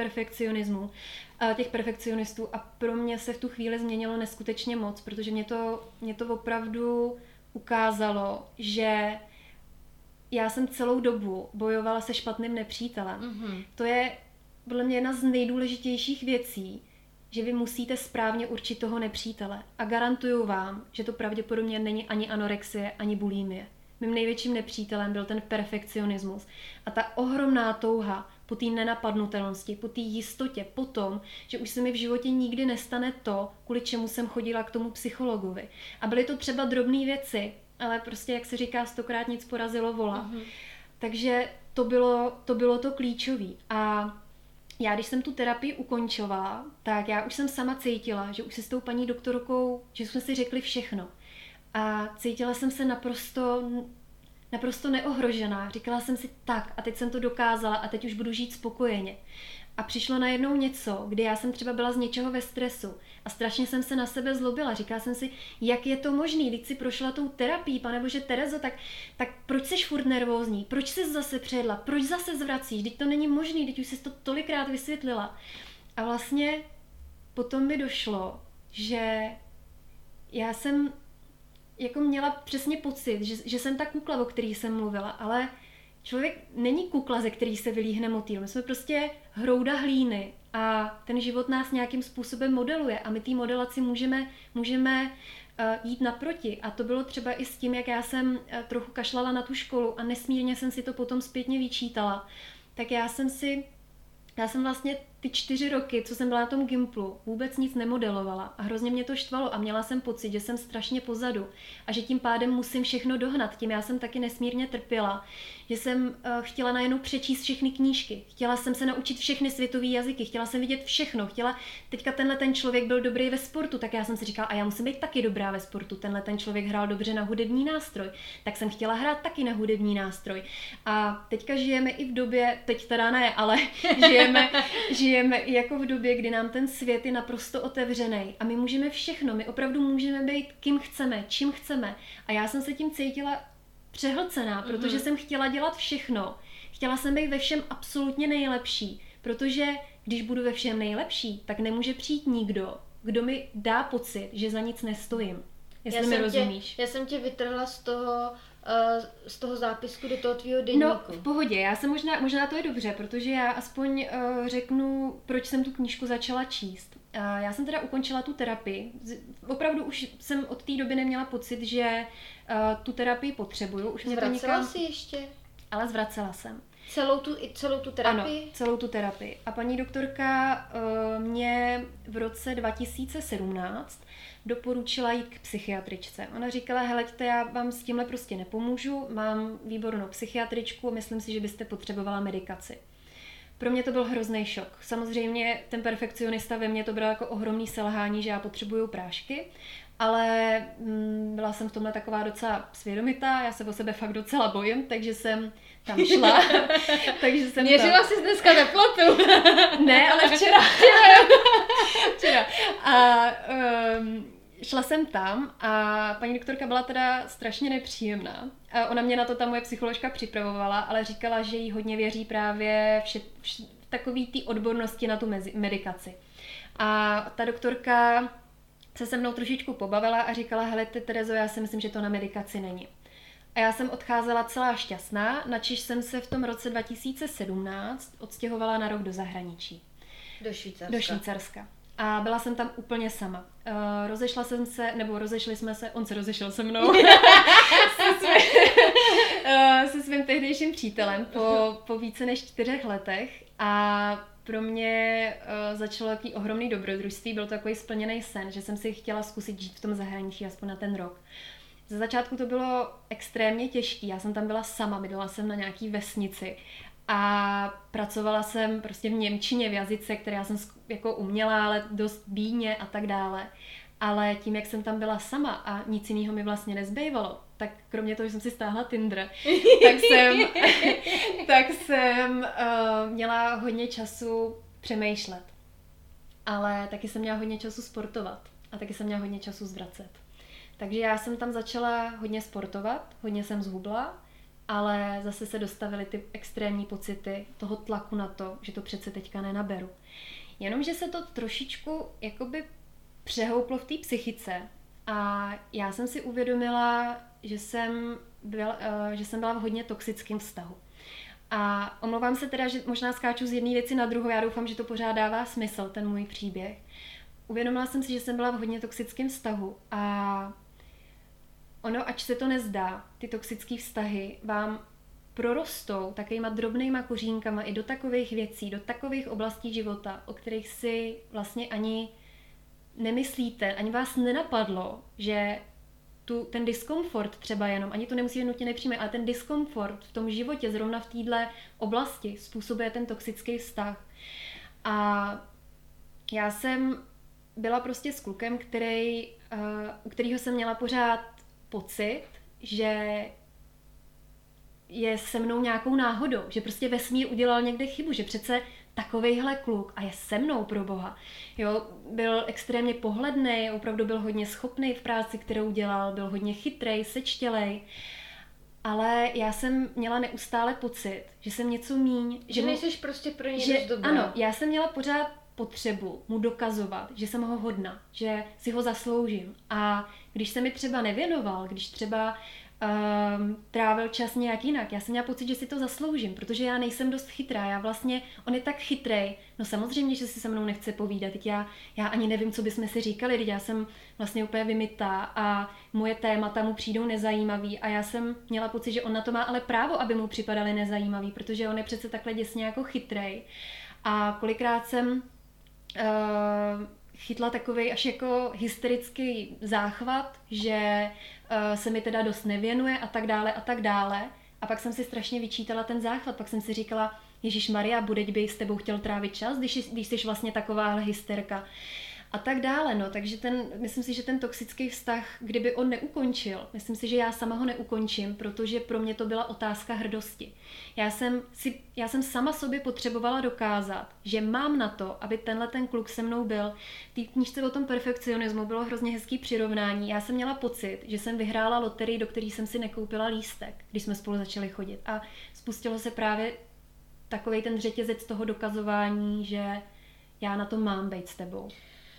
perfekcionistů a pro mě se v tu chvíli změnilo neskutečně moc, protože mě to opravdu ukázalo, že já jsem celou dobu bojovala se špatným nepřítelem. Mm-hmm. To je podle mě jedna z nejdůležitějších věcí, že vy musíte správně určit toho nepřítele. A garantuju vám, že to pravděpodobně není ani anorexie, ani bulimie. Mým největším nepřítelem byl ten perfekcionismus. A ta ohromná touha po té nenapadnutelnosti, po té jistotě, po tom, že už se mi v životě nikdy nestane to, kvůli čemu jsem chodila k tomu psychologovi. A byly to třeba drobné věci, ale prostě, jak se říká, 100krát nic porazilo vola. Mm-hmm. Takže to bylo to klíčové. A já, když jsem tu terapii ukončovala, tak já už jsem sama cítila, že už si s tou paní doktorkou, že jsme si řekli všechno. A cítila jsem se naprosto neohrožená. Říkala jsem si tak a teď jsem to dokázala a teď už budu žít spokojeně. A přišlo najednou něco, kdy já jsem třeba byla z něčeho ve stresu a strašně jsem se na sebe zlobila. Říkala jsem si, jak je to možný, když jsi prošla tou terapií, panebože Terezo, tak proč jsi furt nervózní, proč jsi zase přejedla, proč zase zvracíš, teď to není možný, teď už jsi to tolikrát vysvětlila. A vlastně potom mi došlo, že já jsem jako měla přesně pocit, že jsem ta kukla, o který jsem mluvila, ale člověk není kukla, ze který se vylíhne motýl. My jsme prostě hrouda hlíny a ten život nás nějakým způsobem modeluje a my té modelaci můžeme jít naproti. A to bylo třeba i s tím, jak já jsem trochu kašlala na tu školu a nesmírně jsem si to potom zpětně vyčítala. Tak já jsem vlastně ty 4 roky, co jsem byla na tom Gimplu, vůbec nic nemodelovala a hrozně mě to štvalo a měla jsem pocit, že jsem strašně pozadu a že tím pádem musím všechno dohnat. Tím já jsem taky nesmírně trpěla, že jsem chtěla najednou přečíst všechny knížky, chtěla jsem se naučit všechny světové jazyky, chtěla jsem vidět všechno, teďka ten člověk byl dobrý ve sportu, tak já jsem si říkala, a já musím být taky dobrá ve sportu, ten člověk hrál dobře na hudební nástroj, tak jsem chtěla hrát taky na hudební nástroj. A teďka žijeme i v době, teď teda ne, ale žijeme i jako v době, kdy nám ten svět je naprosto otevřený a my můžeme všechno, my opravdu můžeme být kým chceme, čím chceme. A já jsem se tím cítila přehlcená, protože jsem chtěla dělat všechno. Chtěla jsem být ve všem absolutně nejlepší, protože když budu ve všem nejlepší, tak nemůže přijít nikdo, kdo mi dá pocit, že za nic nestojím. Jestli mi rozumíš. Já jsem tě vytrhla z toho zápisku do toho tvýho deníku. No, v pohodě. Já jsem možná to je dobře, protože já aspoň řeknu, proč jsem tu knížku začala číst. Já jsem teda ukončila tu terapii. Opravdu už jsem od té doby neměla pocit, že tu terapii potřebuju. Už mě Zvracela jsi ještě? Ale zvracela jsem. Celou tu terapii? Ano, celou tu terapii. A paní doktorka mě v roce 2017 doporučila jít k psychiatričce. Ona říkala, heleďte, já vám s tímhle prostě nepomůžu, mám výbornou psychiatričku, myslím si, že byste potřebovala medikaci. Pro mě to byl hrozný šok. Samozřejmě ten perfekcionista ve mně to bylo jako ohromný selhání, že já potřebuju prášky, ale byla jsem v tomhle taková docela svědomitá, já se o sebe fakt docela bojím, takže jsem tam šla. Měřila jsi dneska teplotu? Ne, ale včera. A šla jsem tam a paní doktorka byla teda strašně nepříjemná. A ona mě na to ta moje psycholožka připravovala, ale říkala, že jí hodně věří právě v takový té odbornosti na tu medikaci. A ta doktorka se se mnou trošičku pobavila a říkala, hele Terezo, já si myslím, že to na medikaci není. A já jsem odcházela celá šťastná, načež jsem se v tom roce 2017 odstěhovala na rok do zahraničí. Do Švýcarska. A byla jsem tam úplně sama. Rozešli jsme se, on se rozešel se mnou, se svým tehdejším přítelem po více než 4 letech a pro mě začalo takový ohromný dobrodružství, byl to takový splněný sen, že jsem si chtěla zkusit žít v tom zahraničí aspoň na ten rok. Ze začátku to bylo extrémně těžké, já jsem tam byla sama, bydlela jsem na nějaký vesnici a pracovala jsem prostě v němčině, v jazyce, které já jsem jako uměla, ale dost bídně a tak dále. Ale tím, jak jsem tam byla sama a nic jiného mi vlastně nezbývalo, tak kromě toho, že jsem si stáhla Tinder, tak jsem měla hodně času přemýšlet. Ale taky jsem měla hodně času sportovat a taky jsem měla hodně času zvracet. Takže já jsem tam začala hodně sportovat, hodně jsem zhubla, ale zase se dostavily ty extrémní pocity toho tlaku na to, že to přece teďka nenaberu. Jenomže se to trošičku jakoby přehouplo v té psychice a já jsem si uvědomila, že jsem byla v hodně toxickém vztahu. A omlouvám se teda, že možná skáču z jedné věci na druhou, já doufám, že to pořád dává smysl, ten můj příběh. Uvědomila jsem si, že jsem byla v hodně toxickém vztahu a ono, ač se to nezdá, ty toxické vztahy vám prorostou takovýma drobnýma kořínkama i do takových věcí, do takových oblastí života, o kterých si vlastně ani nemyslíte, ani vás nenapadlo, že ten diskomfort třeba jenom, ani to nemusí být nutně nepřímý, ale ten diskomfort v tom životě, zrovna v téhle oblasti, způsobuje ten toxický vztah. A já jsem byla prostě s klukem, u kterého jsem měla pořád pocit, že je se mnou nějakou náhodou, že prostě vesmír udělal někde chybu, že přece takovejhle kluk a je se mnou pro boha. Jo, byl extrémně pohlednej, opravdu byl hodně schopný v práci, kterou dělal, byl hodně chytrej, sečtělej, ale já jsem měla neustále pocit, že jsem něco míň. Že nejseš prostě pro něj dost dobrá. Ano, já jsem měla pořád potřebu mu dokazovat, že jsem ho hodna, že si ho zasloužím. A když se mi třeba nevěnoval, když třeba trávil čas nějak jinak, já jsem měla pocit, že si to zasloužím, protože já nejsem dost chytrá, on je tak chytrej, no samozřejmě, že si se mnou nechce povídat, teď já ani nevím, co bychom si říkali, teď já jsem vlastně úplně vymytá a moje témata mu přijdou nezajímavý a já jsem měla pocit, že on na to má ale právo, aby mu připadaly nezajímavý, protože on je přece takhle děsně jako chytrej a kolikrát jsem chytla takovej až jako hysterický záchvat, že se mi teda dost nevěnuje a tak dále a tak dále. A pak jsem si strašně vyčítala ten záchvat, pak jsem si říkala, Ježišmarja, budeť by s tebou chtěl trávit čas, když jsi vlastně takováhle hysterka. A tak dále, no, takže myslím si, že ten toxický vztah, kdyby on neukončil, myslím si, že já sama ho neukončím, protože pro mě to byla otázka hrdosti. Já jsem sama sobě potřebovala dokázat, že mám na to, aby ten kluk se mnou byl. V té knížce o tom perfekcionismu bylo hrozně hezký přirovnání. Já jsem měla pocit, že jsem vyhrála loterii, do které jsem si nekoupila lístek, když jsme spolu začali chodit. A spustilo se právě takovej ten řetězec toho dokazování, že já na to mám být s tebou.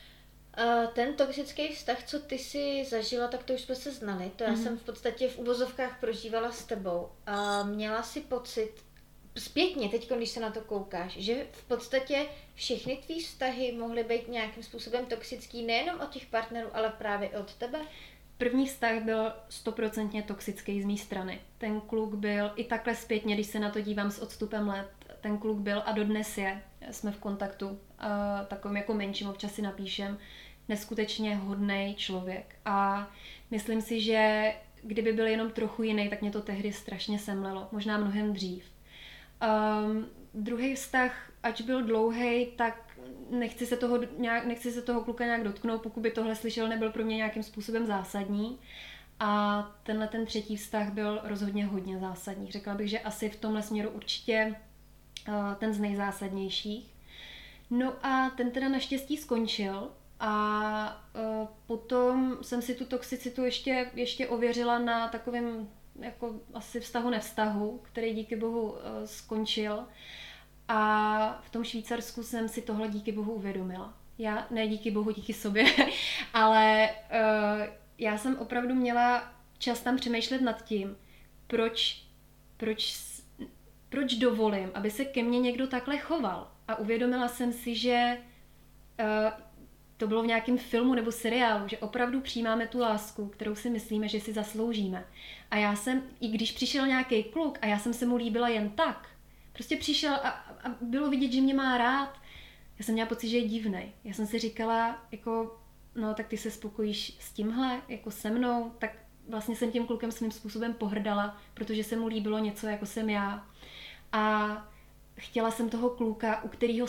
Ten toxický vztah, co ty si zažila, tak to už jsme se znali. To já jsem v podstatě v uvozovkách prožívala s tebou. A měla si pocit, zpětně teď, když se na to koukáš, že v podstatě všechny tvý vztahy mohly být nějakým způsobem toxický, nejenom od těch partnerů, ale právě od tebe? První vztah byl 100% toxický z mé strany. Ten kluk byl i takhle zpětně, když se na to dívám s odstupem let, ten kluk byl a dodnes je, jsme v kontaktu, takovým jako menším, občas si napíšem, neskutečně hodnej člověk. A myslím si, že kdyby byl jenom trochu jiný, tak mě to tehdy strašně semlelo, možná mnohem dřív. Druhý vztah, ač byl dlouhý, tak nechci se toho kluka nějak dotknout, pokud by tohle slyšel, nebyl pro mě nějakým způsobem zásadní. A ten třetí vztah byl rozhodně hodně zásadní. Řekla bych, že asi v tomhle směru určitě ten z nejzásadnějších. No a ten teda naštěstí skončil a potom jsem si tu toxicitu ještě ověřila na takovém jako asi vztahu nevztahu, který díky bohu skončil. A v tom Švýcarsku jsem si tohle díky bohu uvědomila. Já, ne díky bohu, díky sobě, ale já jsem opravdu měla čas tam přemýšlet nad tím, proč dovolím, aby se ke mně někdo takhle choval. A uvědomila jsem si, že to bylo v nějakém filmu nebo seriálu, že opravdu přijímáme tu lásku, kterou si myslíme, že si zasloužíme. A já jsem, i když přišel nějaký kluk a já jsem se mu líbila jen tak, prostě přišel a bylo vidět, že mě má rád, já jsem měla pocit, že je divnej. Já jsem si říkala, jako, no tak ty se spokojíš s tímhle, jako se mnou, tak vlastně jsem tím klukem svým způsobem pohrdala, protože se mu líbilo něco, jako jsem já. A chtěla jsem toho kluka, u kterého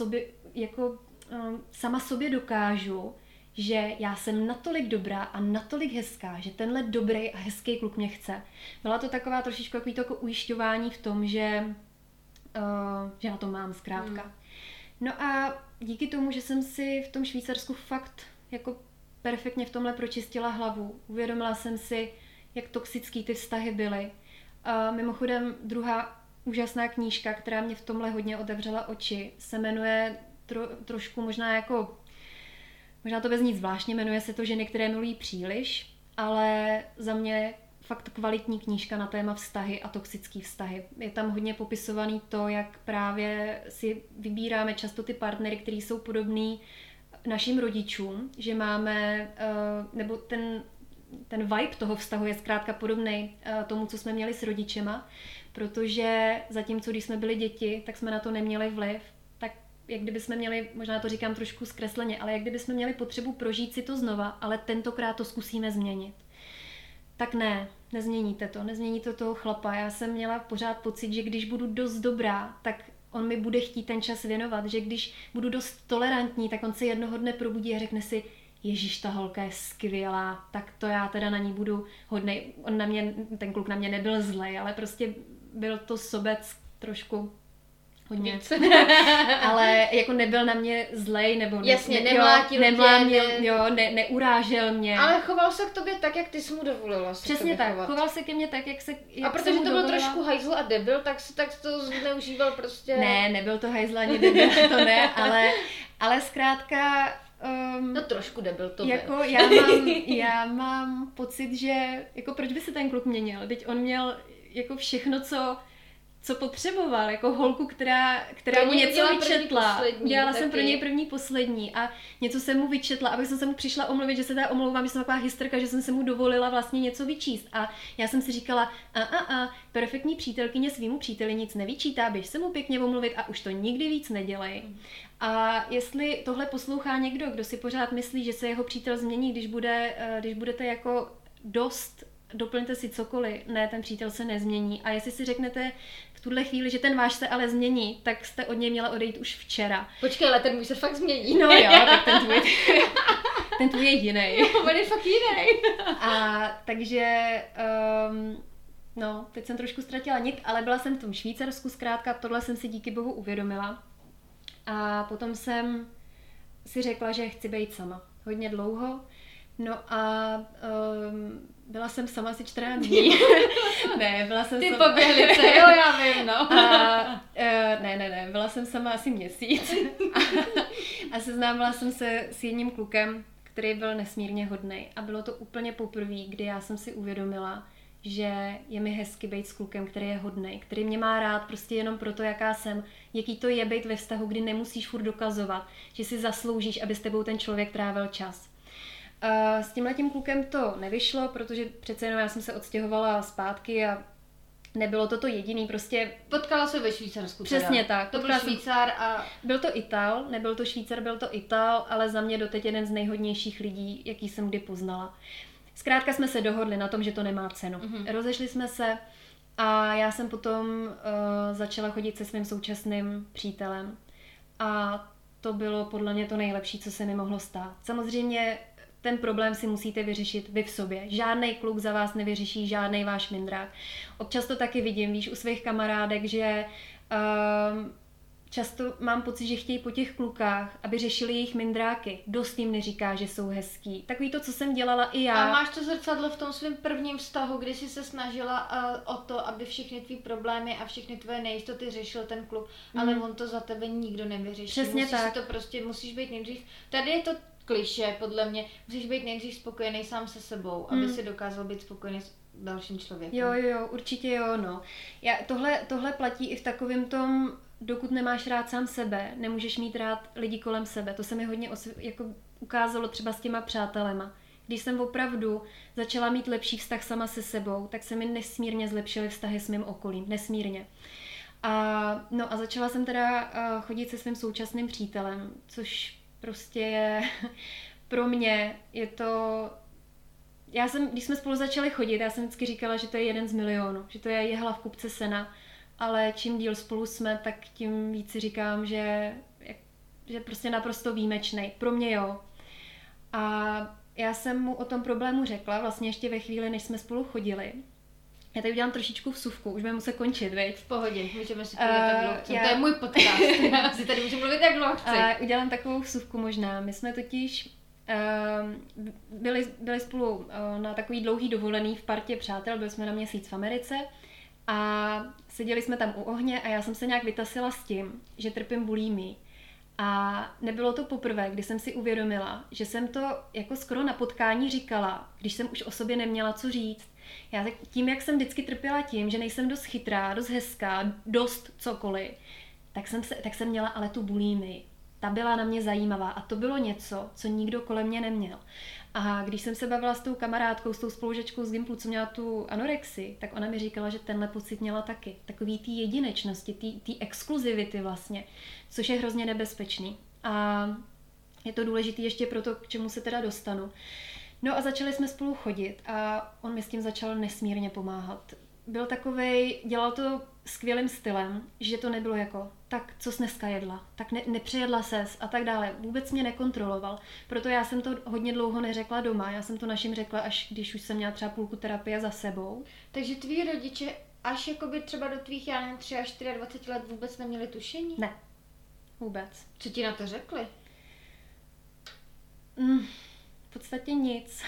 sama sobě dokážu, že já jsem natolik dobrá a natolik hezká, že tenhle dobrý a hezký kluk mě chce. Byla to taková trošičku takový to jako ujišťování v tom, že na to mám zkrátka. No a díky tomu, že jsem si v tom Švýcarsku fakt jako perfektně v tomhle pročistila hlavu, uvědomila jsem si, jak toxický ty vztahy byly. Mimochodem druhá úžasná knížka, která mě v tomhle hodně otevřela oči, se jmenuje trošku možná to bez nic zvláštně, jmenuje se to Ženy, které milují příliš, ale za mě fakt kvalitní knížka na téma vztahy a toxický vztahy. Je tam hodně popisovaný to, jak právě si vybíráme často ty partnery, kteří jsou podobný našim rodičům, že máme, nebo ten vibe toho vztahu je zkrátka podobný tomu, co jsme měli s rodičema, protože zatímco, když jsme byli děti, tak jsme na to neměli vliv, tak jak kdyby jsme měli, možná to říkám trošku zkresleně, ale jak kdyby jsme měli potřebu prožít si to znova, ale tentokrát to zkusíme změnit. Tak ne, nezměníte toho chlapa. Já jsem měla pořád pocit, že když budu dost dobrá, tak on mi bude chtít ten čas věnovat, že když budu dost tolerantní, tak on se jednoho dne probudí a řekne si, Ježíš, ta holka je skvělá, tak to já teda na ní budu hodnej. Ten kluk na mě nebyl zlej, ale prostě byl to sobec trošku Hodně. Ale jako nebyl na mě zlej, nebo jasně, nemlátil neurážel mě. Ale choval se k tobě tak, jak ty jsi mu dovolila. Přesně tak, choval se ke mně tak, jak a protože to byl trošku hajzl a debil, tak to zneužíval prostě. Ne, nebyl to hajzl ani debil, to ne, ale zkrátka... no trošku debil to jako já mám pocit, že jako proč by se ten kluk měnil? Teď on měl jako všechno, co potřeboval, jako holku, která mu něco vyčetla. Dělala jsem pro něj první, poslední a něco jsem mu vyčetla, abych se mu přišla omluvit, že se teda omlouvám, že jsem taková hysterka, že jsem se mu dovolila vlastně něco vyčíst. A já jsem si říkala, perfektní přítelkyně svýmu příteli nic nevyčítá, běž se mu pěkně omluvit a už to nikdy víc nedělej. A jestli tohle poslouchá někdo, kdo si pořád myslí, že se jeho přítel změní, když budete jako dost, doplňte si cokoliv, ne, ten přítel se nezmění. A jestli si řeknete v tuhle chvíli, že ten váš se ale změní, tak jste od něj měla odejít už včera. Počkej, ale ten můj se fakt změní. No jo, tak ten tvůj je jiný. On je fakt jiný. A takže, teď jsem trošku ztratila nit, ale byla jsem v tom Švýcarsku, zkrátka tohle jsem si díky bohu uvědomila. A potom jsem si řekla, že chci být sama. Hodně dlouho. No a byla jsem sama asi 14 dní. Ne, byla jsem sama... Ty poběhlice, jo, já vím, no. Ne, byla jsem sama asi měsíc. A seznámila jsem se s jedním klukem, který byl nesmírně hodnej. A bylo to úplně poprvé, kdy já jsem si uvědomila, že je mi hezky být s klukem, který je hodnej, který mě má rád prostě jenom proto, jaká jsem, jaký to je být ve vztahu, kdy nemusíš furt dokazovat, že si zasloužíš, aby s tebou ten člověk trávil čas. S tímhletím klukem to nevyšlo, protože přece jenom já jsem se odstěhovala zpátky a nebylo to jediný, prostě... Potkala se ve Švýcarsku. Přesně teda. Tak. To byl Švýcar a... Byl to Ital, nebyl to Švýcar, byl to Ital, ale za mě doteď jeden z nejhodnějších lidí, jaký jsem kdy poznala. Zkrátka jsme se dohodli na tom, že to nemá cenu. Rozešli jsme se a já jsem potom začala chodit se svým současným přítelem. A to bylo podle mě to nejlepší, co se mi mohlo stát. Samozřejmě ten problém si musíte vyřešit vy v sobě. Žádnej kluk za vás nevyřeší, žádnej váš mindrák. Občas to taky vidím, víš, u svých kamarádek, že často mám pocit, že chtějí po těch klukách, aby řešili jejich mindráky. Dost jim neříká, že jsou hezký. Takový to, co jsem dělala i já. A máš to zrcadlo v tom svém prvním vztahu, kdy jsi se snažila o to, aby všechny tvý problémy a všechny tvoje nejistoty řešil ten kluk, ale on to za tebe nikdo nevyřeší. Přesně tak. Musíš být nejdřív. Tady je to klišé, podle mě. Musíš být nejdřív spokojený sám se sebou, aby si dokázal být spokojený s dalším člověkem. Jo, určitě jo, no. Tohle platí i v takovém tom, dokud nemáš rád sám sebe, nemůžeš mít rád lidi kolem sebe. To se mi hodně jako ukázalo třeba s těma přátelema. Když jsem opravdu začala mít lepší vztah sama se sebou, tak se mi nesmírně zlepšily vztahy s mým okolím. Nesmírně. A začala jsem teda chodit se svým současným přítelem, což prostě je pro mě je to... Když jsme spolu začali chodit, já jsem vždycky říkala, že to je jeden z milionů, že to je jehla v kupce sena, ale čím díl spolu jsme, tak tím víc si říkám, že prostě naprosto výjimečný. Pro mě jo. A já jsem mu o tom problému řekla, vlastně ještě ve chvíli, než jsme spolu chodili. Já tady udělám trošičku vsuvku, už budeme muset končit, viď? V pohodě, můžeme si povědět tak dlouho. To je můj podcast, já si tady můžu mluvit jak dlouho chci. Udělám takovou vsuvku možná. My jsme totiž byli spolu na takový dlouhý dovolený v partě přátel, byli jsme na měsíc v Americe a seděli jsme tam u ohně a já jsem se nějak vytasila s tím, že trpím bulímii. A nebylo to poprvé, kdy jsem si uvědomila, že jsem to jako skoro na potkání říkala, když jsem už o sobě neměla co říct. Já tím, jak jsem vždycky trpěla tím, že nejsem dost chytrá, dost hezká, dost cokoliv, tak jsem měla ale tu bulímii. Ta byla na mě zajímavá a to bylo něco, co nikdo kolem mě neměl. A když jsem se bavila s tou kamarádkou, s tou spolužačkou z Gimplu, co měla tu anorexii, tak ona mi říkala, že tenhle pocit měla taky. Takový té jedinečnosti, té exkluzivity vlastně, což je hrozně nebezpečný. A je to důležité ještě pro to, k čemu se teda dostanu. No a začali jsme spolu chodit a on mi s tím začal nesmírně pomáhat. Byl takovej, dělal to skvělým stylem, že to nebylo jako, tak co jsi dneska jedla, tak nepřejedla ses a tak dále. Vůbec mě nekontroloval. Proto já jsem to hodně dlouho neřekla doma. Já jsem to našim řekla, až když už jsem měla třeba půlku terapie za sebou. Takže tví rodiče až jakoby třeba do tvých, já nevím, 3 až 24 let vůbec neměli tušení? Ne, vůbec. Co ti na to řekli? V podstatě nic.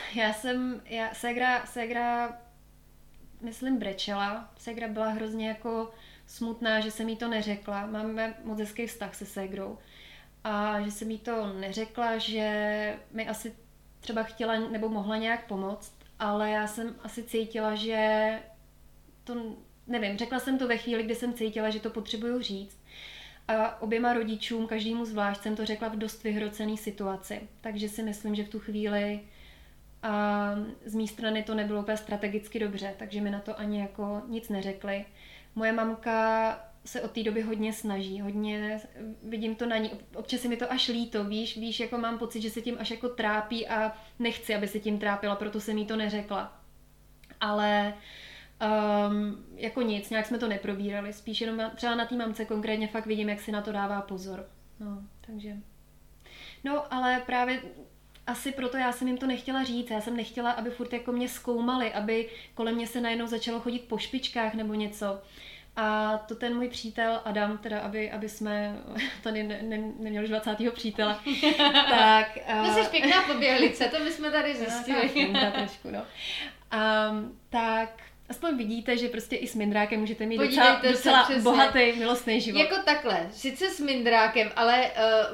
Ségra, myslím, brečela. Ségra byla hrozně jako smutná, že jsem jí to neřekla. Máme moc hezký vztah se ségrou. A že jsem jí to neřekla, že mi asi třeba chtěla nebo mohla nějak pomoct, ale já jsem asi cítila, že to, nevím, řekla jsem to ve chvíli, kdy jsem cítila, že to potřebuju říct. A oběma rodičům, každému zvlášť, jsem to řekla v dost vyhrocený situaci. Takže si myslím, že v tu chvíli z mé strany to nebylo úplně strategicky dobře, takže mi na to ani jako nic neřekli. Moje mamka se od té doby hodně snaží, hodně vidím to na ní, občas je mi to až líto, víš, jako mám pocit, že se tím až jako trápí a nechci, aby se tím trápila, proto jsem jí to neřekla. Ale jako nic, nějak jsme to neprobírali, spíš jenom třeba na té mamce konkrétně fakt vidím, jak si na to dává pozor. No, takže. No, ale právě asi proto já jsem jim to nechtěla říct, já jsem nechtěla, aby furt jako mě zkoumali, aby kolem mě se najednou začalo chodit po špičkách nebo něco. A to ten můj přítel Adam, teda aby jsme tady neměli 20. přítele, tak... No jsi pěkná poběhlice, to my jsme tady zjistili. Trošku, no. Tak aspoň vidíte, že prostě i s mindrákem můžete mít docela bohatý milostný život. Jako takhle, sice s mindrákem, ale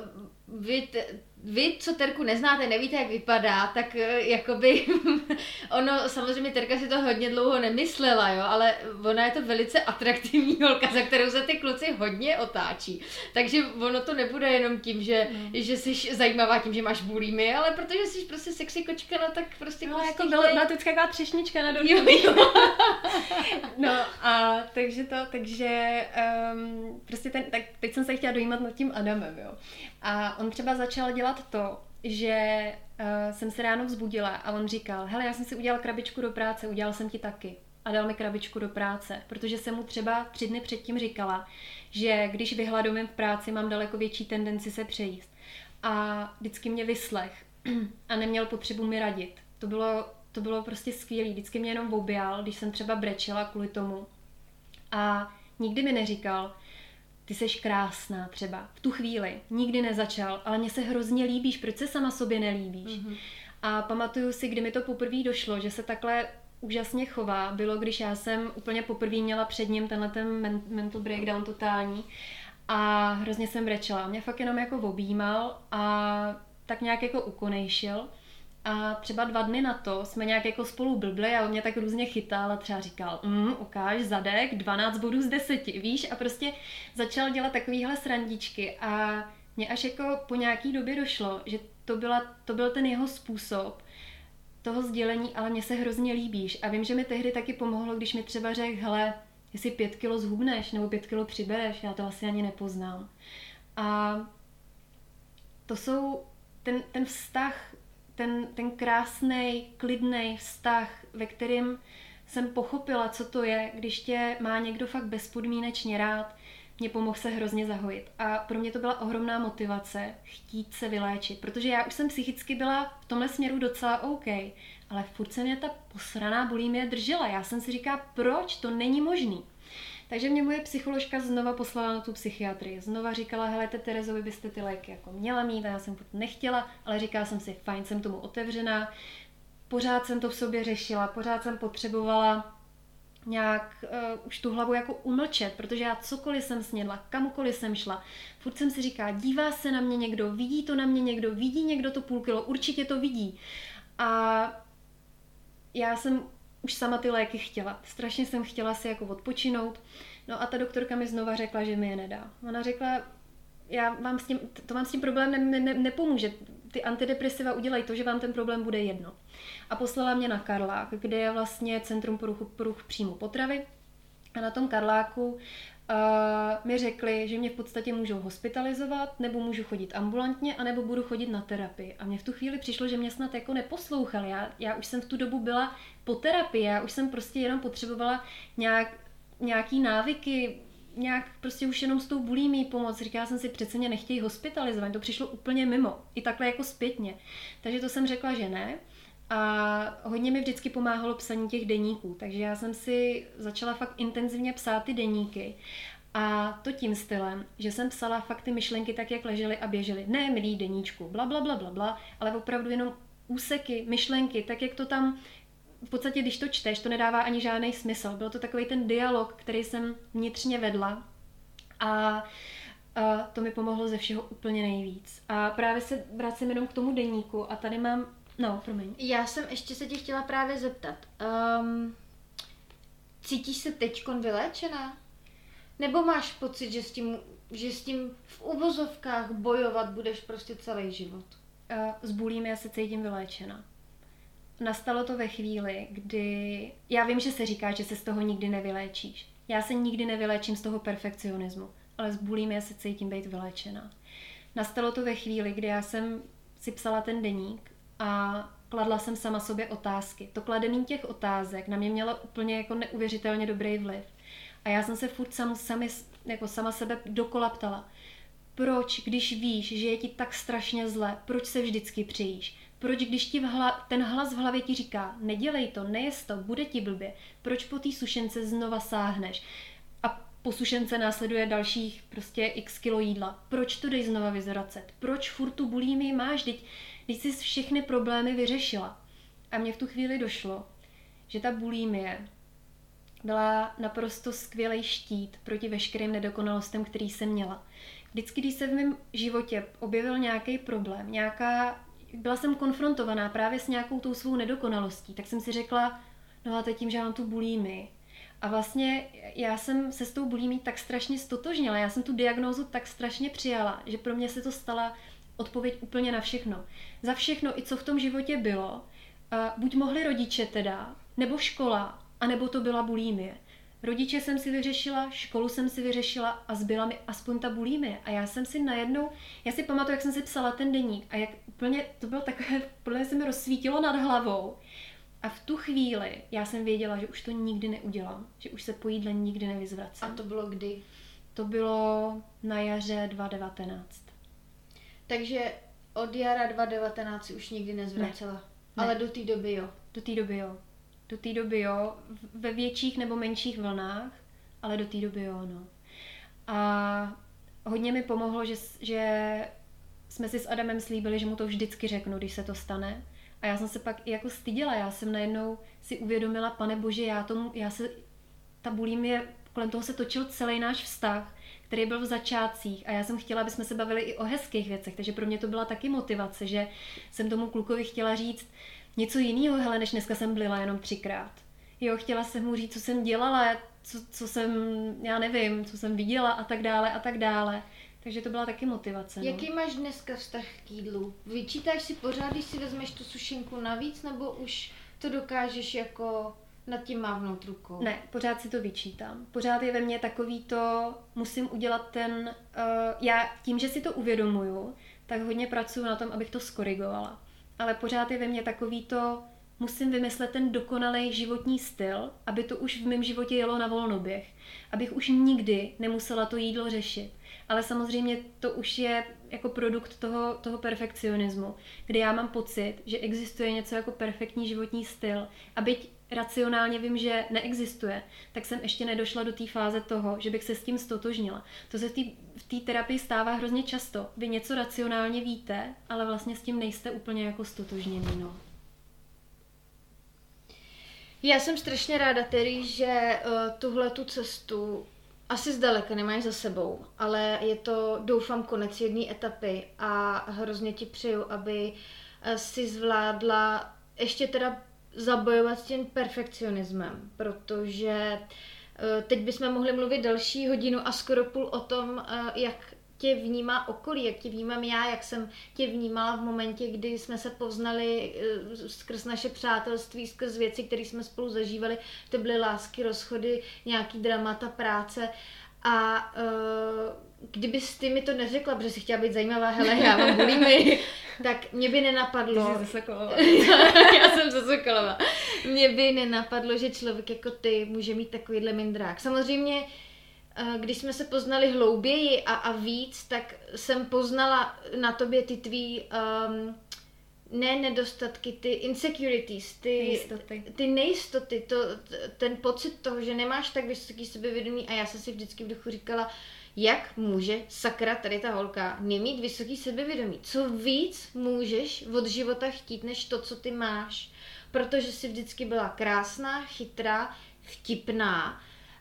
vy, co Terku neznáte, nevíte, jak vypadá, tak jakoby ono, samozřejmě Terka si to hodně dlouho nemyslela, jo, ale ona je to velice atraktivní holka, za kterou se ty kluci hodně otáčí. Takže ono to nebude jenom tím, že jsi zajímavá tím, že máš bulímy, ale protože jsi prostě sexy kočka, no tak prostě no, jako byla to taková třešnička na dortu. No a takže prostě tak teď jsem se chtěla dojímat nad tím Adamem, jo. A on třeba začal dělat to, že jsem se ráno vzbudila a on říkal, hele, já jsem si udělal krabičku do práce, udělal jsem ti taky. A dal mi krabičku do práce, protože jsem mu třeba 3 dny předtím říkala, že když vyhladovím v práci, mám daleko větší tendenci se přejíst. A vždycky mě vyslech a neměl potřebu mi radit. To bylo prostě skvělý, vždycky mě jenom objal, když jsem třeba brečela kvůli tomu. A nikdy mi neříkal, ty seš krásná třeba, v tu chvíli, nikdy nezačal, ale mně se hrozně líbíš, proč se sama sobě nelíbíš? Mm-hmm. A pamatuju si, kdy mi to poprvé došlo, že se takhle úžasně chová, bylo, když já jsem úplně poprvé měla před ním tenhle ten mental breakdown totální a hrozně jsem brečela. Mě fakt jenom jako objímal a tak nějak jako ukonejšil. A třeba 2 dny na to jsme nějak jako spolu blbli a on mě tak různě chytal a třeba říkal, ukáž zadek, 12 bodů z 10, víš? A prostě začal dělat takovýhle srandičky a mě až jako po nějaký době došlo, že to byl ten jeho způsob toho sdělení, ale mně se hrozně líbíš. A vím, že mi tehdy taky pomohlo, když mi třeba řekl, hele, jestli 5 kilo zhubneš nebo 5 kilo přibereš, já to asi ani nepoznám. A to jsou ten vztah, ten krásný, klidný vztah, ve kterém jsem pochopila, co to je, když tě má někdo fakt bezpodmínečně rád, mě pomohl se hrozně zahojit. A pro mě to byla ohromná motivace chtít se vyléčit, protože já už jsem psychicky byla v tomhle směru docela OK, ale furt se mě ta posraná bulimie držela. Já jsem si říkala, proč? To není možný. Takže mě moje psycholožka znova poslala na tu psychiatrii. Znova říkala, helejte, Terezo, vy byste ty léky jako měla mít, a já jsem to nechtěla, ale říkala jsem si, fajn, jsem tomu otevřená. Pořád jsem to v sobě řešila, pořád jsem potřebovala nějak už tu hlavu jako umlčet, protože já cokoliv jsem snědla, kamkoliv jsem šla, furt jsem si říkala, dívá se na mě někdo, vidí to na mě někdo, vidí někdo to 0,5 kilo, určitě to vidí. A já jsem už sama ty léky chtěla. Strašně jsem chtěla si jako odpočinout. No a ta doktorka mi znova řekla, že mi je nedá. Ona řekla, vám s tím problém nepomůže. Ty antidepresiva udělají to, že vám ten problém bude jedno. A poslala mě na Karlák, kde je vlastně Centrum poruch příjmu potravy. A na tom Karláku mi řekli, že mě v podstatě můžou hospitalizovat, nebo můžu chodit ambulantně, anebo budu chodit na terapii. A mně v tu chvíli přišlo, že mě snad jako neposlouchali. Já už jsem v tu dobu byla po terapii, já už jsem prostě jenom potřebovala nějaký návyky, nějak prostě už jenom s tou bulimií pomoct. Říkala jsem si, přece mě nechtějí hospitalizovat, to přišlo úplně mimo, i takhle jako zpětně. Takže to jsem řekla, že ne. A hodně mi vždycky pomáhalo psaní těch deníků, takže já jsem si začala fakt intenzivně psát ty deníky. A to tím stylem, že jsem psala fakt ty myšlenky tak, jak ležely a běžely. Ne milý deníčku, bla, bla, bla, bla, bla, ale opravdu jenom úseky, myšlenky, tak jak to tam, v podstatě, když to čteš, to nedává ani žádný smysl. Byl to takový ten dialog, který jsem vnitřně vedla a to mi pomohlo ze všeho úplně nejvíc. A právě se vracím jenom k tomu deníku a tady mám, no, promiň. Já jsem ještě se tě chtěla právě zeptat. Cítíš se teďkon vyléčená? Nebo máš pocit, že s tím v uvozovkách bojovat budeš prostě celý život? S bulími já se cítím vyléčena. Nastalo to ve chvíli, kdy... Já vím, že se říká, že se z toho nikdy nevyléčíš. Já se nikdy nevyléčím z toho perfekcionismu, ale s bulími já se cítím být vyléčena. Nastalo to ve chvíli, kdy já jsem si psala ten deník a kladla jsem sama sobě otázky. To kladení těch otázek na mě mělo úplně jako neuvěřitelně dobrý vliv. A já jsem se furt sama sebe dokola ptala. Proč, když víš, že je ti tak strašně zle, proč se vždycky přejíš? Proč, když ti ten hlas v hlavě ti říká, nedělej to, nejez to, bude ti blbě, proč po té sušence znova sáhneš? A po sušence následuje dalších prostě x kilo jídla. Proč to jdeš znova vyzvracet? Proč furt tu bulímii máš? Teď jsi všechny problémy vyřešila. A mně v tu chvíli došlo, že ta bulímie byla naprosto skvělý štít proti veškerým nedokonalostem, který jsem měla. Vždycky, když se v mém životě objevil nějaký problém, byla jsem konfrontovaná právě s nějakou tou svou nedokonalostí, tak jsem si řekla, no a teď tím, že mám tu bulímii. A vlastně já jsem se s tou bulímií tak strašně stotožnila, já jsem tu diagnózu tak strašně přijala, že pro mě se to stala odpověď úplně na všechno. Za všechno, i co v tom životě bylo, buď mohli rodiče teda, nebo škola, a nebo to byla bulímie. Rodiče jsem si vyřešila, školu jsem si vyřešila a zbyla mi aspoň ta bulímie. A já si pamatuju, jak jsem si psala ten deník a jak úplně, to bylo takové, podle mě se mi rozsvítilo nad hlavou. A v tu chvíli já jsem věděla, že už to nikdy neudělám, že už se po jídle nikdy nevyzvracím. A to bylo kdy? To bylo na jaře 2019. Takže od jara 2019 už nikdy nezvracela? Ne. Ale do té doby jo? Do té doby jo, ve větších nebo menších vlnách, ale do té doby jo, no. A hodně mi pomohlo, že jsme si s Adamem slíbili, že mu to vždycky řeknu, když se to stane. A já jsem se pak i jako styděla, já jsem najednou si uvědomila, Pane Bože, ta bulímie, kolem toho se točil celý náš vztah, který byl v začátcích a já jsem chtěla, aby jsme se bavili i o hezkých věcech, takže pro mě to byla taky motivace, že jsem tomu klukovi chtěla říct něco jiného, hele, než dneska jsem blila jenom 3krát. Jo, chtěla jsem mu říct, co jsem dělala, co jsem viděla a tak dále. Takže to byla taky motivace. No. Jaký máš dneska vztah k jídlu? Vyčítáš si pořád, když si vezmeš tu sušenku navíc, nebo už to dokážeš jako nad tím mávnout rukou? Ne, pořád si to vyčítám. Pořád je ve mně takový to, musím udělat já tím, že si to uvědomuju, tak hodně pracuji na tom, abych to skorigovala. Ale pořád je ve mně takový to, musím vymyslet ten dokonalý životní styl, aby to už v mém životě jelo na volnoběh. Abych už nikdy nemusela to jídlo řešit. Ale samozřejmě to už je jako produkt toho perfekcionismu, kdy já mám pocit, že existuje něco jako perfektní životní styl. A byť racionálně vím, že neexistuje, tak jsem ještě nedošla do té fáze toho, že bych se s tím stotožnila. To se v té terapii stává hrozně často. Vy něco racionálně víte, ale vlastně s tím nejste úplně jako stotožněný, no. Já jsem strašně ráda, Terry, že tuhletu cestu asi zdaleka nemáš za sebou, ale je to, doufám, konec jedné etapy a hrozně ti přeju, aby si zvládla ještě teda zabojovat s tím perfekcionismem, protože teď bychom mohli mluvit další hodinu a skoro půl o tom, jak tě vnímá okolí, jak tě vnímám já, jak jsem tě vnímala v momentě, kdy jsme se poznali skrz naše přátelství, skrz věci, které jsme spolu zažívali. To byly lásky, rozchody, nějaký dramata, práce. A kdybys ty mi to neřekla, protože jsi chtěla být zajímavá, hele, já mám bulímii, tak mě by nenapadlo... Ty jsi ze Sokolova. Já jsem ze Sokolova. Mě by nenapadlo, že člověk jako ty může mít takovýhle mindrák. Samozřejmě, když jsme se poznali hlouběji a víc, tak jsem poznala na tobě ty tvý nedostatky, ty insecurities, ty nejistoty, ten pocit toho, že nemáš tak vysoký sebevědomí a já jsem si vždycky v duchu říkala, jak může sakra tady ta holka nemít vysoký sebevědomí. Co víc můžeš od života chtít, než to, co ty máš. Protože jsi vždycky byla krásná, chytrá, vtipná,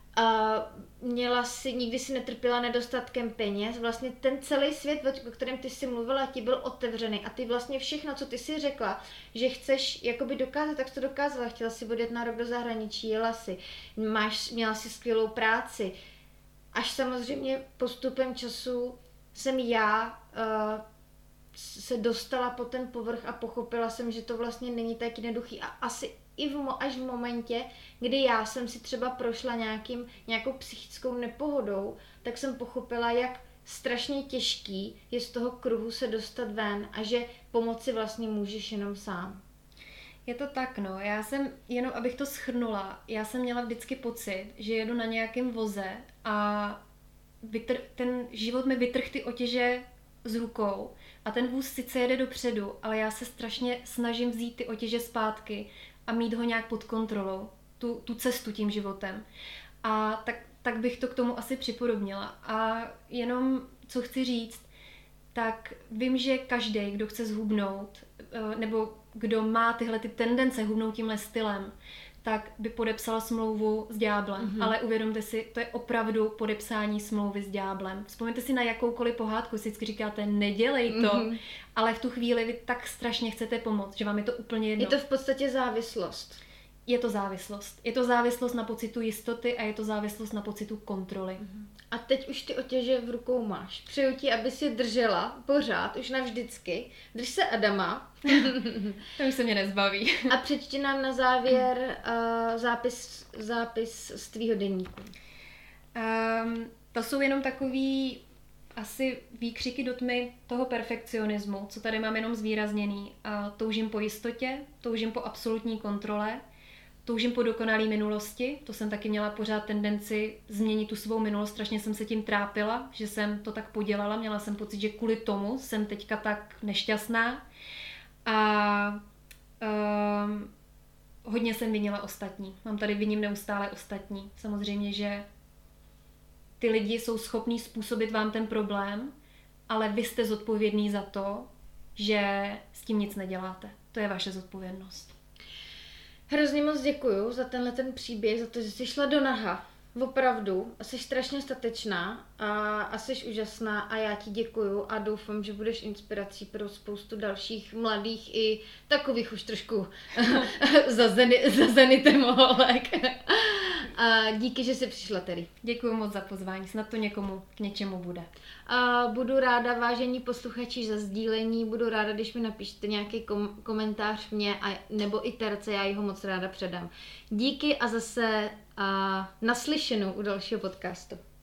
nikdy si netrpěla nedostatkem peněz, vlastně ten celý svět, o kterém ty jsi mluvila, ti byl otevřený a ty vlastně všechno, co ty si řekla, že chceš jakoby dokázat, tak jsi to dokázala, chtěla si odjet na rok do zahraničí, jela si, měla si skvělou práci, až samozřejmě postupem času jsem já se dostala po ten povrch a pochopila jsem, že to vlastně není tak jednoduchý a asi až v momentě, kdy já jsem si třeba prošla nějakou psychickou nepohodou, tak jsem pochopila, jak strašně těžký je z toho kruhu se dostat ven a že pomoci vlastně můžeš jenom sám. Je to tak, no. Já jsem, jenom abych to shrnula, já jsem měla vždycky pocit, že jedu na nějakém voze a ten život mi vytrhl ty otěže z rukou a ten vůz sice jede dopředu, ale já se strašně snažím vzít ty otěže zpátky a mít ho nějak pod kontrolou, tu cestu tím životem. A tak bych to k tomu asi připodobnila. A jenom, co chci říct, tak vím, že každý, kdo chce zhubnout, nebo kdo má tyhle ty tendence hubnout tímhle stylem, tak by podepsal smlouvu s ďáblem. Mm-hmm. Ale uvědomte si, to je opravdu podepsání smlouvy s ďáblem. Vzpomeňte si na jakoukoliv pohádku, si vždycky říkáte, nedělej to, ale v tu chvíli vy tak strašně chcete pomoct, že vám je to úplně jedno. Je to v podstatě závislost. Je to závislost. Je to závislost na pocitu jistoty a je to závislost na pocitu kontroly. A teď už ty otěže v rukou máš. Přeju ti, aby si držela pořád, už navždycky. Drž se Adama. To už se mě nezbaví. A přečti nám na závěr zápis z tvýho deníku. To jsou jenom takový asi výkřiky do tmy toho perfekcionismu, co tady mám jenom zvýrazněný. Toužím po jistotě, toužím po absolutní kontrole, toužím po dokonalé minulosti, to jsem taky měla pořád tendenci změnit tu svou minulost, strašně jsem se tím trápila, že jsem to tak podělala, měla jsem pocit, že kvůli tomu jsem teďka tak nešťastná a hodně jsem vinila ostatní, viním neustále ostatní, samozřejmě, že ty lidi jsou schopní způsobit vám ten problém, ale vy jste zodpovědný za to, že s tím nic neděláte, to je vaše zodpovědnost. Hrozně moc děkuju za ten příběh, za to, že jsi šla do naha. Opravdu. Jsi strašně statečná a jsi úžasná a já ti děkuju a doufám, že budeš inspirací pro spoustu dalších mladých i takových už trošku zazenitem holek. A díky, že jsi přišla, Terry. Děkuju moc za pozvání, snad to někomu k něčemu bude. A budu ráda, vážení posluchači, za sdílení, budu ráda, když mi napíšete nějaký komentář mě nebo i Terce, já ho moc ráda předám. Díky a zase naslyšenou u dalšího podcastu.